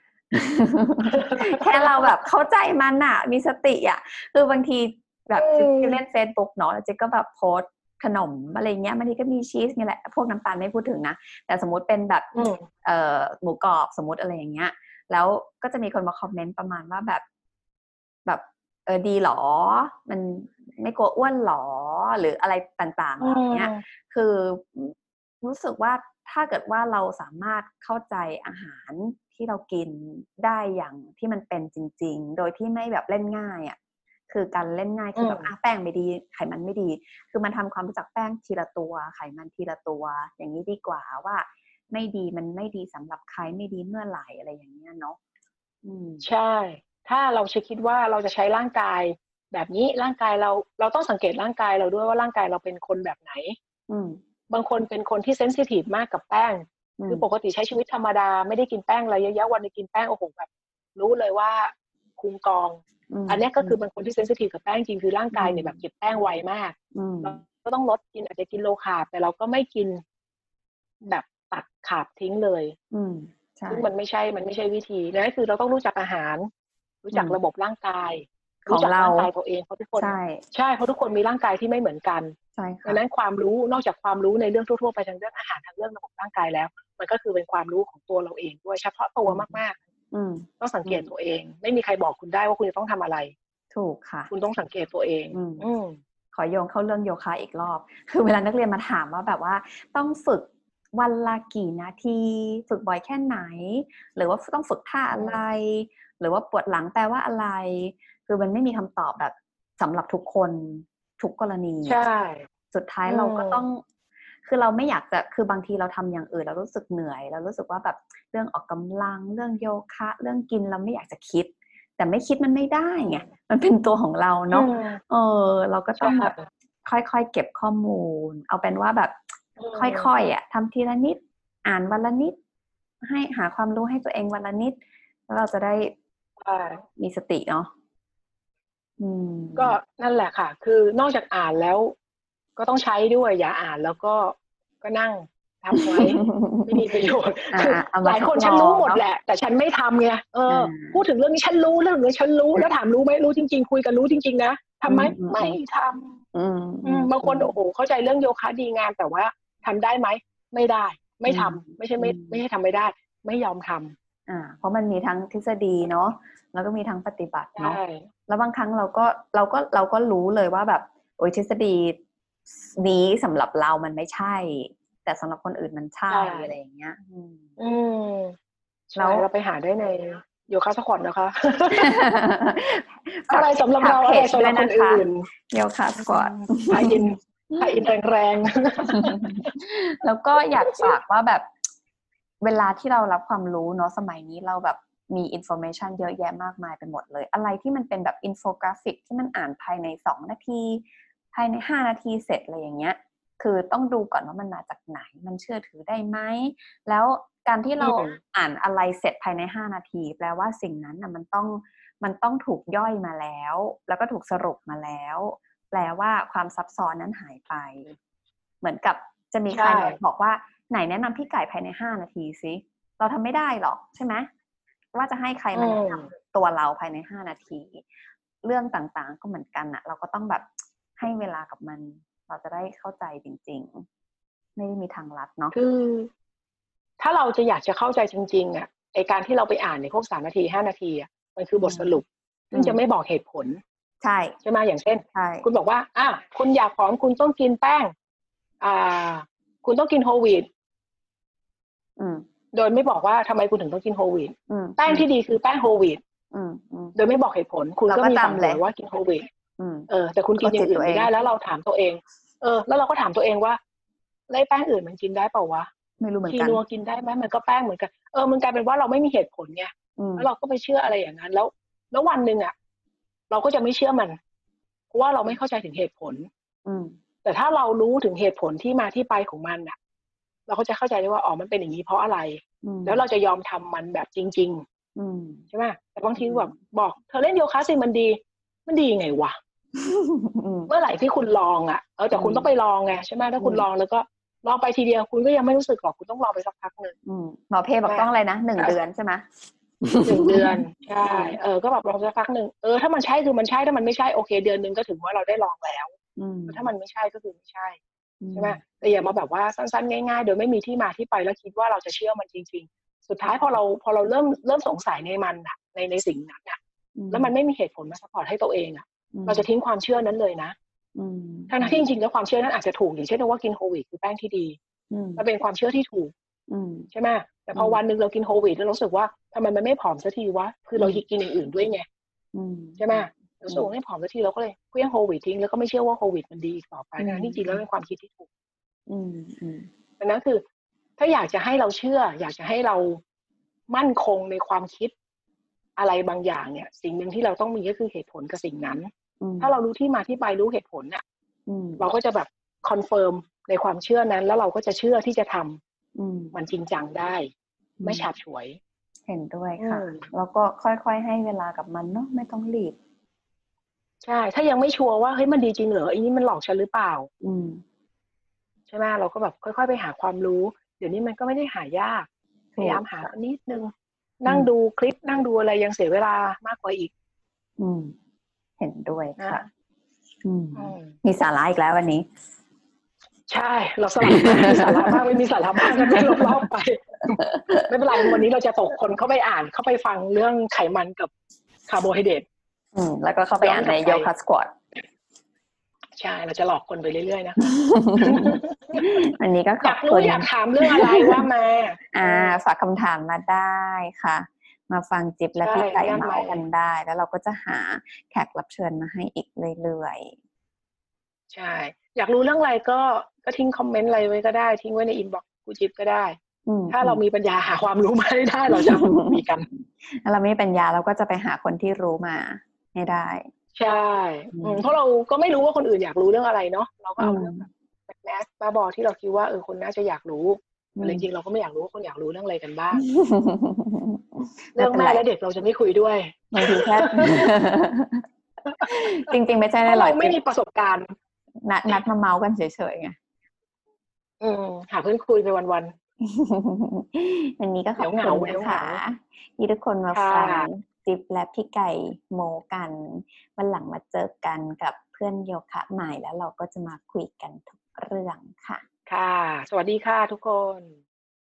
แค่เราแบบเข้าใจมันอะมีสติอะคือบางทีแบบที่เล่น Facebook เนาะเจ๊ก็แบบโพสขนมอะไรเงี้ยบางทีก็มีชีสนี่แหละพวกน้ำตาลไม่พูดถึงนะแต่สมมติเป็นแบบเอ่อหมูกรอบสมมติอะไรอย่างเงี้ยแล้วก็จะมีคนมาคอมเมนต์ประมาณว่าแบบแบบเออดีหรอมันไม่กลัวอ้วนหรอหรืออะไรต่างๆอย่างเงี้ยคือรู้สึกว่าถ้าเกิดว่าเราสามารถเข้าใจอาหารที่เรากินได้อย่างที่มันเป็นจริงๆโดยที่ไม่แบบเล่นง่ายอ่ะคือการเล่นง่ายคือแบบอ่ะแป้งไม่ดีไขมันไม่ดีคือมันทำความรู้จักแป้งทีละตัวไขมันทีละตัวอย่างนี้ดีกว่าว่าไม่ดีมันไม่ดีสำหรับใครไม่ดีเมื่อไหร่อะไรอย่างเงี้ยเนาะใช่ถ้าเราจะคิดว่าเราจะใช้ร่างกายแบบนี้ร่างกายเราเราต้องสังเกตร่างกายเราด้วยว่าร่างกายเราเป็นคนแบบไหนบางคนเป็นคนที่เซนซิทีฟมากกับแป้งคือปกติใช้ชีวิตธรรมดาไม่ได้กินแป้งอะไรเยอะๆวันนึงกินแป้งโอ้โหแบบรู้เลยว่าคุมกองอันนี้ก็คือบางคนที่เซนซิทีฟกับแป้งจริงคือร่างกายเนี่ยแบบเก็บแป้งไวมากเราก็ต้องลดกินอาจจะกินโลคาร์บแต่เราก็ไม่กินแบบตัดคาร์บทิ้งเลยซึ่งมันไม่ใช่มันไม่ใช่วิธีนั่นคือเราต้องรู้จักอาหารรู้จักระบบร่างกายรู้จักร่างกายตัวเองเพราะทุกคนใช่ใช่เพราะทุกคนมีร่างกายที่ไม่เหมือนกันดังนั้นความรู้นอกจากความรู้ในเรื่องทั่วๆไปทางเรื่องอาหารทางเรื่องระบบร่างกายแล้วมันก็คือเป็นความรู้ของตัวเราเองด้วยเฉพาะตัวมากๆต้องสังเกตตัวเองไม่มีใครบอกคุณได้ว่าคุณจะต้องทำอะไรถูกค่ะคุณต้องสังเกตตัวเองอืมขอโยงเข้าเรื่องโยคะอีกรอบคือเวลานักเรียนมาถามว่าแบบว่าต้องฝึกวันละกี่นาทีฝึกบ่อยแค่ไหนหรือว่าต้องฝึกท่าอะไรหรือว่าปวดหลังแปลว่าอะไรคือมันไม่มีคำตอบแบบสำหรับทุกคนทุกกรณีใช่สุดท้ายเราก็ต้องคือเราไม่อยากจะคือบางทีเราทำอย่างอื่นเรารู้สึกเหนื่อยเรารู้สึกว่าแบบเรื่องออกกำลังเรื่องโยคะเรื่องกินเราไม่อยากจะคิดแต่ไม่คิดมันไม่ได้ไงมันเป็นตัวของเราเนาะเออเราก็ต้องแบบค่อยๆเก็บข้อมูลเอาเป็นว่าแบบค่อยๆอ่ะทำทีละนิดอ่านวันละนิดให้หาความรู้ให้ตัวเองวันละนิดแล้วเราจะได้มีสติเนาะก็นั่นแหละค่ะคือนอกจากอ่านแล้วก็ต้องใช้ด้วยอย่าอ่านแล้วก็ก็นั่งทำไว้ไม่มีประโยชน์คือหลายคนฉันรู้หมดแหละแต่ฉันไม่ทำไงเออพูดถึงเรื่องนี้ฉันรู้เรื่องนี้ฉันรู้แล้วถามรู้ไหมรู้จริงๆคุยกันรู้จริงๆนะทำไหมไม่ทำบางคนโอ้โหเข้าใจเรื่องโยคะดีงามแต่ว่าทำได้ไหมไม่ได้ไม่ทำไม่ใช่ไม่ไม่ใช่ทำไม่ได้ไม่ยอมทำอ่าเพราะมันมีทั้งทฤษฎีเนาะแล้วก็มีทั้งปฏิบัติเนาะแล้วบางครั้งเราก็เราก็เราก็รู้เลยว่าแบบโอ้ยทฤษฎีนี้สำหรับเรามันไม่ใช่แต่สำหรับคนอื่นมันใช่อะไรอย่างเงี้ยอืมแล้วเราไปหาได้ในโยคะสควอตนะคะ อะไรสำหรับเราอะไรสำหรับคนอื่นโยคะสควอตไทยอินไทยอินแรงๆแล้วก็อยากฝากว่าแบบเวลาที่เรารับความรู้เนาะสมัยนี้เราแบบมีอินโฟเมชันเยอะแยะมากมายไปหมดเลยอะไรที่มันเป็นแบบอินโฟกราฟิกที่มันอ่านภายในสองนาทีภายในห้านาทีเสร็จอะไรอย่างเงี้ยคือต้องดูก่อนว่ามันมาจากไหนมันเชื่อถือได้ไหมแล้วการที่เราอ่านอะไรเสร็จภายในห้านาทีแปลว่าสิ่งนั้นน่ะมันต้องมันต้องถูกย่อยมาแล้วแล้วก็ถูกสรุปมาแล้วแปลว่าความซับซ้อนนั้นหายไปเหมือนกับจะมีใครบอกว่าไหนแนะนำพี่ไก่ภายในห้านาทีสิเราทำไม่ได้หรอกใช่ไหมว่าจะให้ใครมาแนะนำตัวเราภายในห้านาทีเรื่องต่างๆก็เหมือนกันน่ะเราก็ต้องแบบให้เวลากับมันเราจะได้เข้าใจจริงๆไม่ได้มีทางลัดเนาะคือถ้าเราจะอยากจะเข้าใจจริงๆอ่ะไอการที่เราไปอ่านในพวกสามนาทีห้านาทีอ่ะมันคือบทสรุปซึ่งจะไม่บอกเหตุผลใช่ใช่ไหมอย่างเช่นคุณบอกว่าอ่ะคุณอยากผอมคุณต้องกินแป้งอ่าคุณต้องกินโฮลวีตโดยไม่บอกว่าทำไมคุณถึงต้องกินโฮลวีตแป้งที่ดีคือแป้งโฮลวีตโดยไม่บอกเหตุผลคุณก็มีสั่งเลยว่ากินโฮลวีตเออแต่คุณกินอย่างอื่นไม่ได้แล้วเราถามตัวเองเออแล้วเราก็ถามตัวเองว่าไล่แป้งอื่นมันกินได้เปล่าวะไม่รู้เหมือนกันคีนัวกินได้ไหมมันก็แป้งเหมือนกันเออมันกลายเป็นว่าเราไม่มีเหตุผลไงแล้วเราก็ไปเชื่ออะไรอย่างนั้นแล้วแล้ววันหนึ่งอ่ะเราก็จะไม่เชื่อมันเพราะว่าเราไม่เข้าใจถึงเหตุผลแต่ถ้าเรารู้ถึงเหตุผลที่มาที่ไปของมันอ่ะเราก็จะเข้าใจได้ว่าอ๋อมันเป็นอย่างนี้เพราะอะไรแล้วเราจะยอมทำมันแบบจริงๆใช่ไหมแต่บางทีแบบบอกเธอเล่นโยคะสิมันดีมันดีไงวะเมื่อไหร่ที่คุณลองอ่ะเออแต่คุณต้องไปลองไงใช่ไหมถ้าคุณลองแล้วก็ลองไปทีเดียวคุณก็ยังไม่รู้สึกหรอกคุณต้องลองไปสักพักหนึ่งหมอเพบอกต้องอะไรนะหนึ่งเดือนใช่ไหมหนึ่งเดือนใช่เออก็แบบลองสักพักหนึ่งเออถ้ามันใช่คือมันใช่ถ้ามันไม่ใช่โอเคเดือนนึงก็ถือว่าเราได้ลองแล้วถ้ามันไม่ใช่ก็คือไม่ใช่ใช่ไหมแต่อย่ามาแบบว่าสั้นๆง่ายๆโดยไม่มีที่มาที่ไปแล้วคิดว่าเราจะเชื่อมันจริงๆสุดท้ายพอเราพอเราเริ่มเริ่มสงสัยในมันอะในในสิ่งนั้นอะแล้วมันไม่มีเหตุผลมาซัพพอร์ตให้ตัวเองอะเราจะทิ้งความเชื่อนั้นเลยนะทั้งที่จริงๆแล้วความเชื่อนั้นอาจจะถูกอย่างเช่นว่ากินโฮลวีตคือแป้งที่ดีมันเป็นความเชื่อที่ถูกใช่ไหมแต่พอวันหนึ่งเรากินโฮลวีตแล้วรู้สึกว่าทำไมมันไม่ผอมสักทีวะคือเรากินอย่างอื่นด้วยไงใช่ไหมรู้สึกว่าไม่ผอมสักทีเราก็เลยเคลี้ยงโฮลวีตทิ้งแล้วก็ไม่เชื่อว่าโฮลวีตมันดีอีกต่อไปนะจริงๆแล้วเป็นความคิดที่ถูกดังนั้นคือถ้าอยากจะให้เราเชื่ออยากจะให้เรามั่นคงในความคิดอะไรบางอย่างเนี่ยสิ่งหนึ่งที่เราต้องมีก็คือเหตุผลกับสิ่งนั้นถ้าเรารู้ที่มาที่ไปรู้เหตุผลเนี่ยเราก็จะแบบคอนเฟิร์มในความเชื่อนั้นแล้วเราก็จะเชื่อที่จะทอืมมันจริงจังได้อืมไม่ฉาบฉวยเห็นด้วยอืค่ะมแล้วก็ค่อยๆให้เวลากับมันเนาะ ไม่ต้องรีบใช่ ถ้ายังไม่ชัวร์ว่า เฮ้ย มันดีจริงเหรอ ไอ้นี่มันหลอกฉันหรือเปล่า? อืมใช่ไหม เราก็แบบค่อย ๆ ไปหาความรู้ เดี๋ยวนี้มันก็ไม่ได้หายาก พถยายูามกหาค่ะสักนิดหนึ่งอืนั่งมดูคลิป นั่งดูอะไรยังเสียเวลามากกว่าอีกอืม เห็นด้วยนะค่ะ อืมอืมมีสาระอีกแล้ววันนี้ใช่ เราสลับนะ มีสาระบ้าง ไม่มีสาระบ้างกันไปรอบ ๆ ไป ไม่เป็นไร วันนี้เราจะตกคนเข้าไปอ่าน เข้าไปฟังเรื่องไขมันกับคาร์โบไฮเดรตอืม แล้วก็เข้าไปอ่านใน Yoga Squad ใช่ เราจะหลอกคนไปเรื่อย ๆ นะคะวันนี้ก็ขอยอาบกรูคุณอยากถามเรื่องอะไร ว่ามาอ่าอืมฝากคำถามมาได้ค่ะ มาฟังจิ๊บและใช่พี่ไก่นั่นเม้ามาท์กันได้ แล้วเราก็จะหาแขกรับเชิญมาให้อีกเรื่อย ๆใช่ อยากรู้เรื่องอะไรก็ ก็ทิ้งคอมเมนต์อะไรไว้ก็ได้ ทิ้งไว้ในอินบ็อกซ์ครูจิ๊บก็ได้อืมถ้าเรามีปัญญาหาความรู้ มาให้ได้ เราจะมาคุยกันถ้าเราไม่มีปัญญา เราก็จะไปหาคนที่รู้มาให้ได้ใช่อือืมมเพราะเราก็ไม่รู้ว่าคนอื่นอยากรู้เรื่องอะไรเนาะ เราก็อืเอาเรื่องแบบมแมส ๆ บ้าบอ ที่เราคิดว่า เออ คนน่าจะอยากรู้อืแต่จริงมๆ เราก็ไม่อยากรู้ว่า คนอยากรู้เรื่องอะไรกันบ้างไเรมื่่องเป็แนม่ไรและเด็กเราจะไม่คุยด้วยบางทีแค่ จริง ๆ ไม่ใช่เพอะไรราะเหรราอกไมจ่ิ๊บมีประสบการณ์นัด นัดมาเมาท์กันเฉย ๆ ไงอืม หาเพื่อนคุยไปวัน ๆวันนี้ก็เดขีอ๋ยบวเหงคุาณเดนี๋ยวะเคหงะาที่ทุกคนมาค่ฟังะจิ๊บและพี่ไก่โม้กัน วันหลังมาเจอกันกับเพื่อนโยคะใหม่ แล้วเราก็จะมาคุยกันทุกเรื่องค่ะค่ะ สวัสดีค่ะทุกคน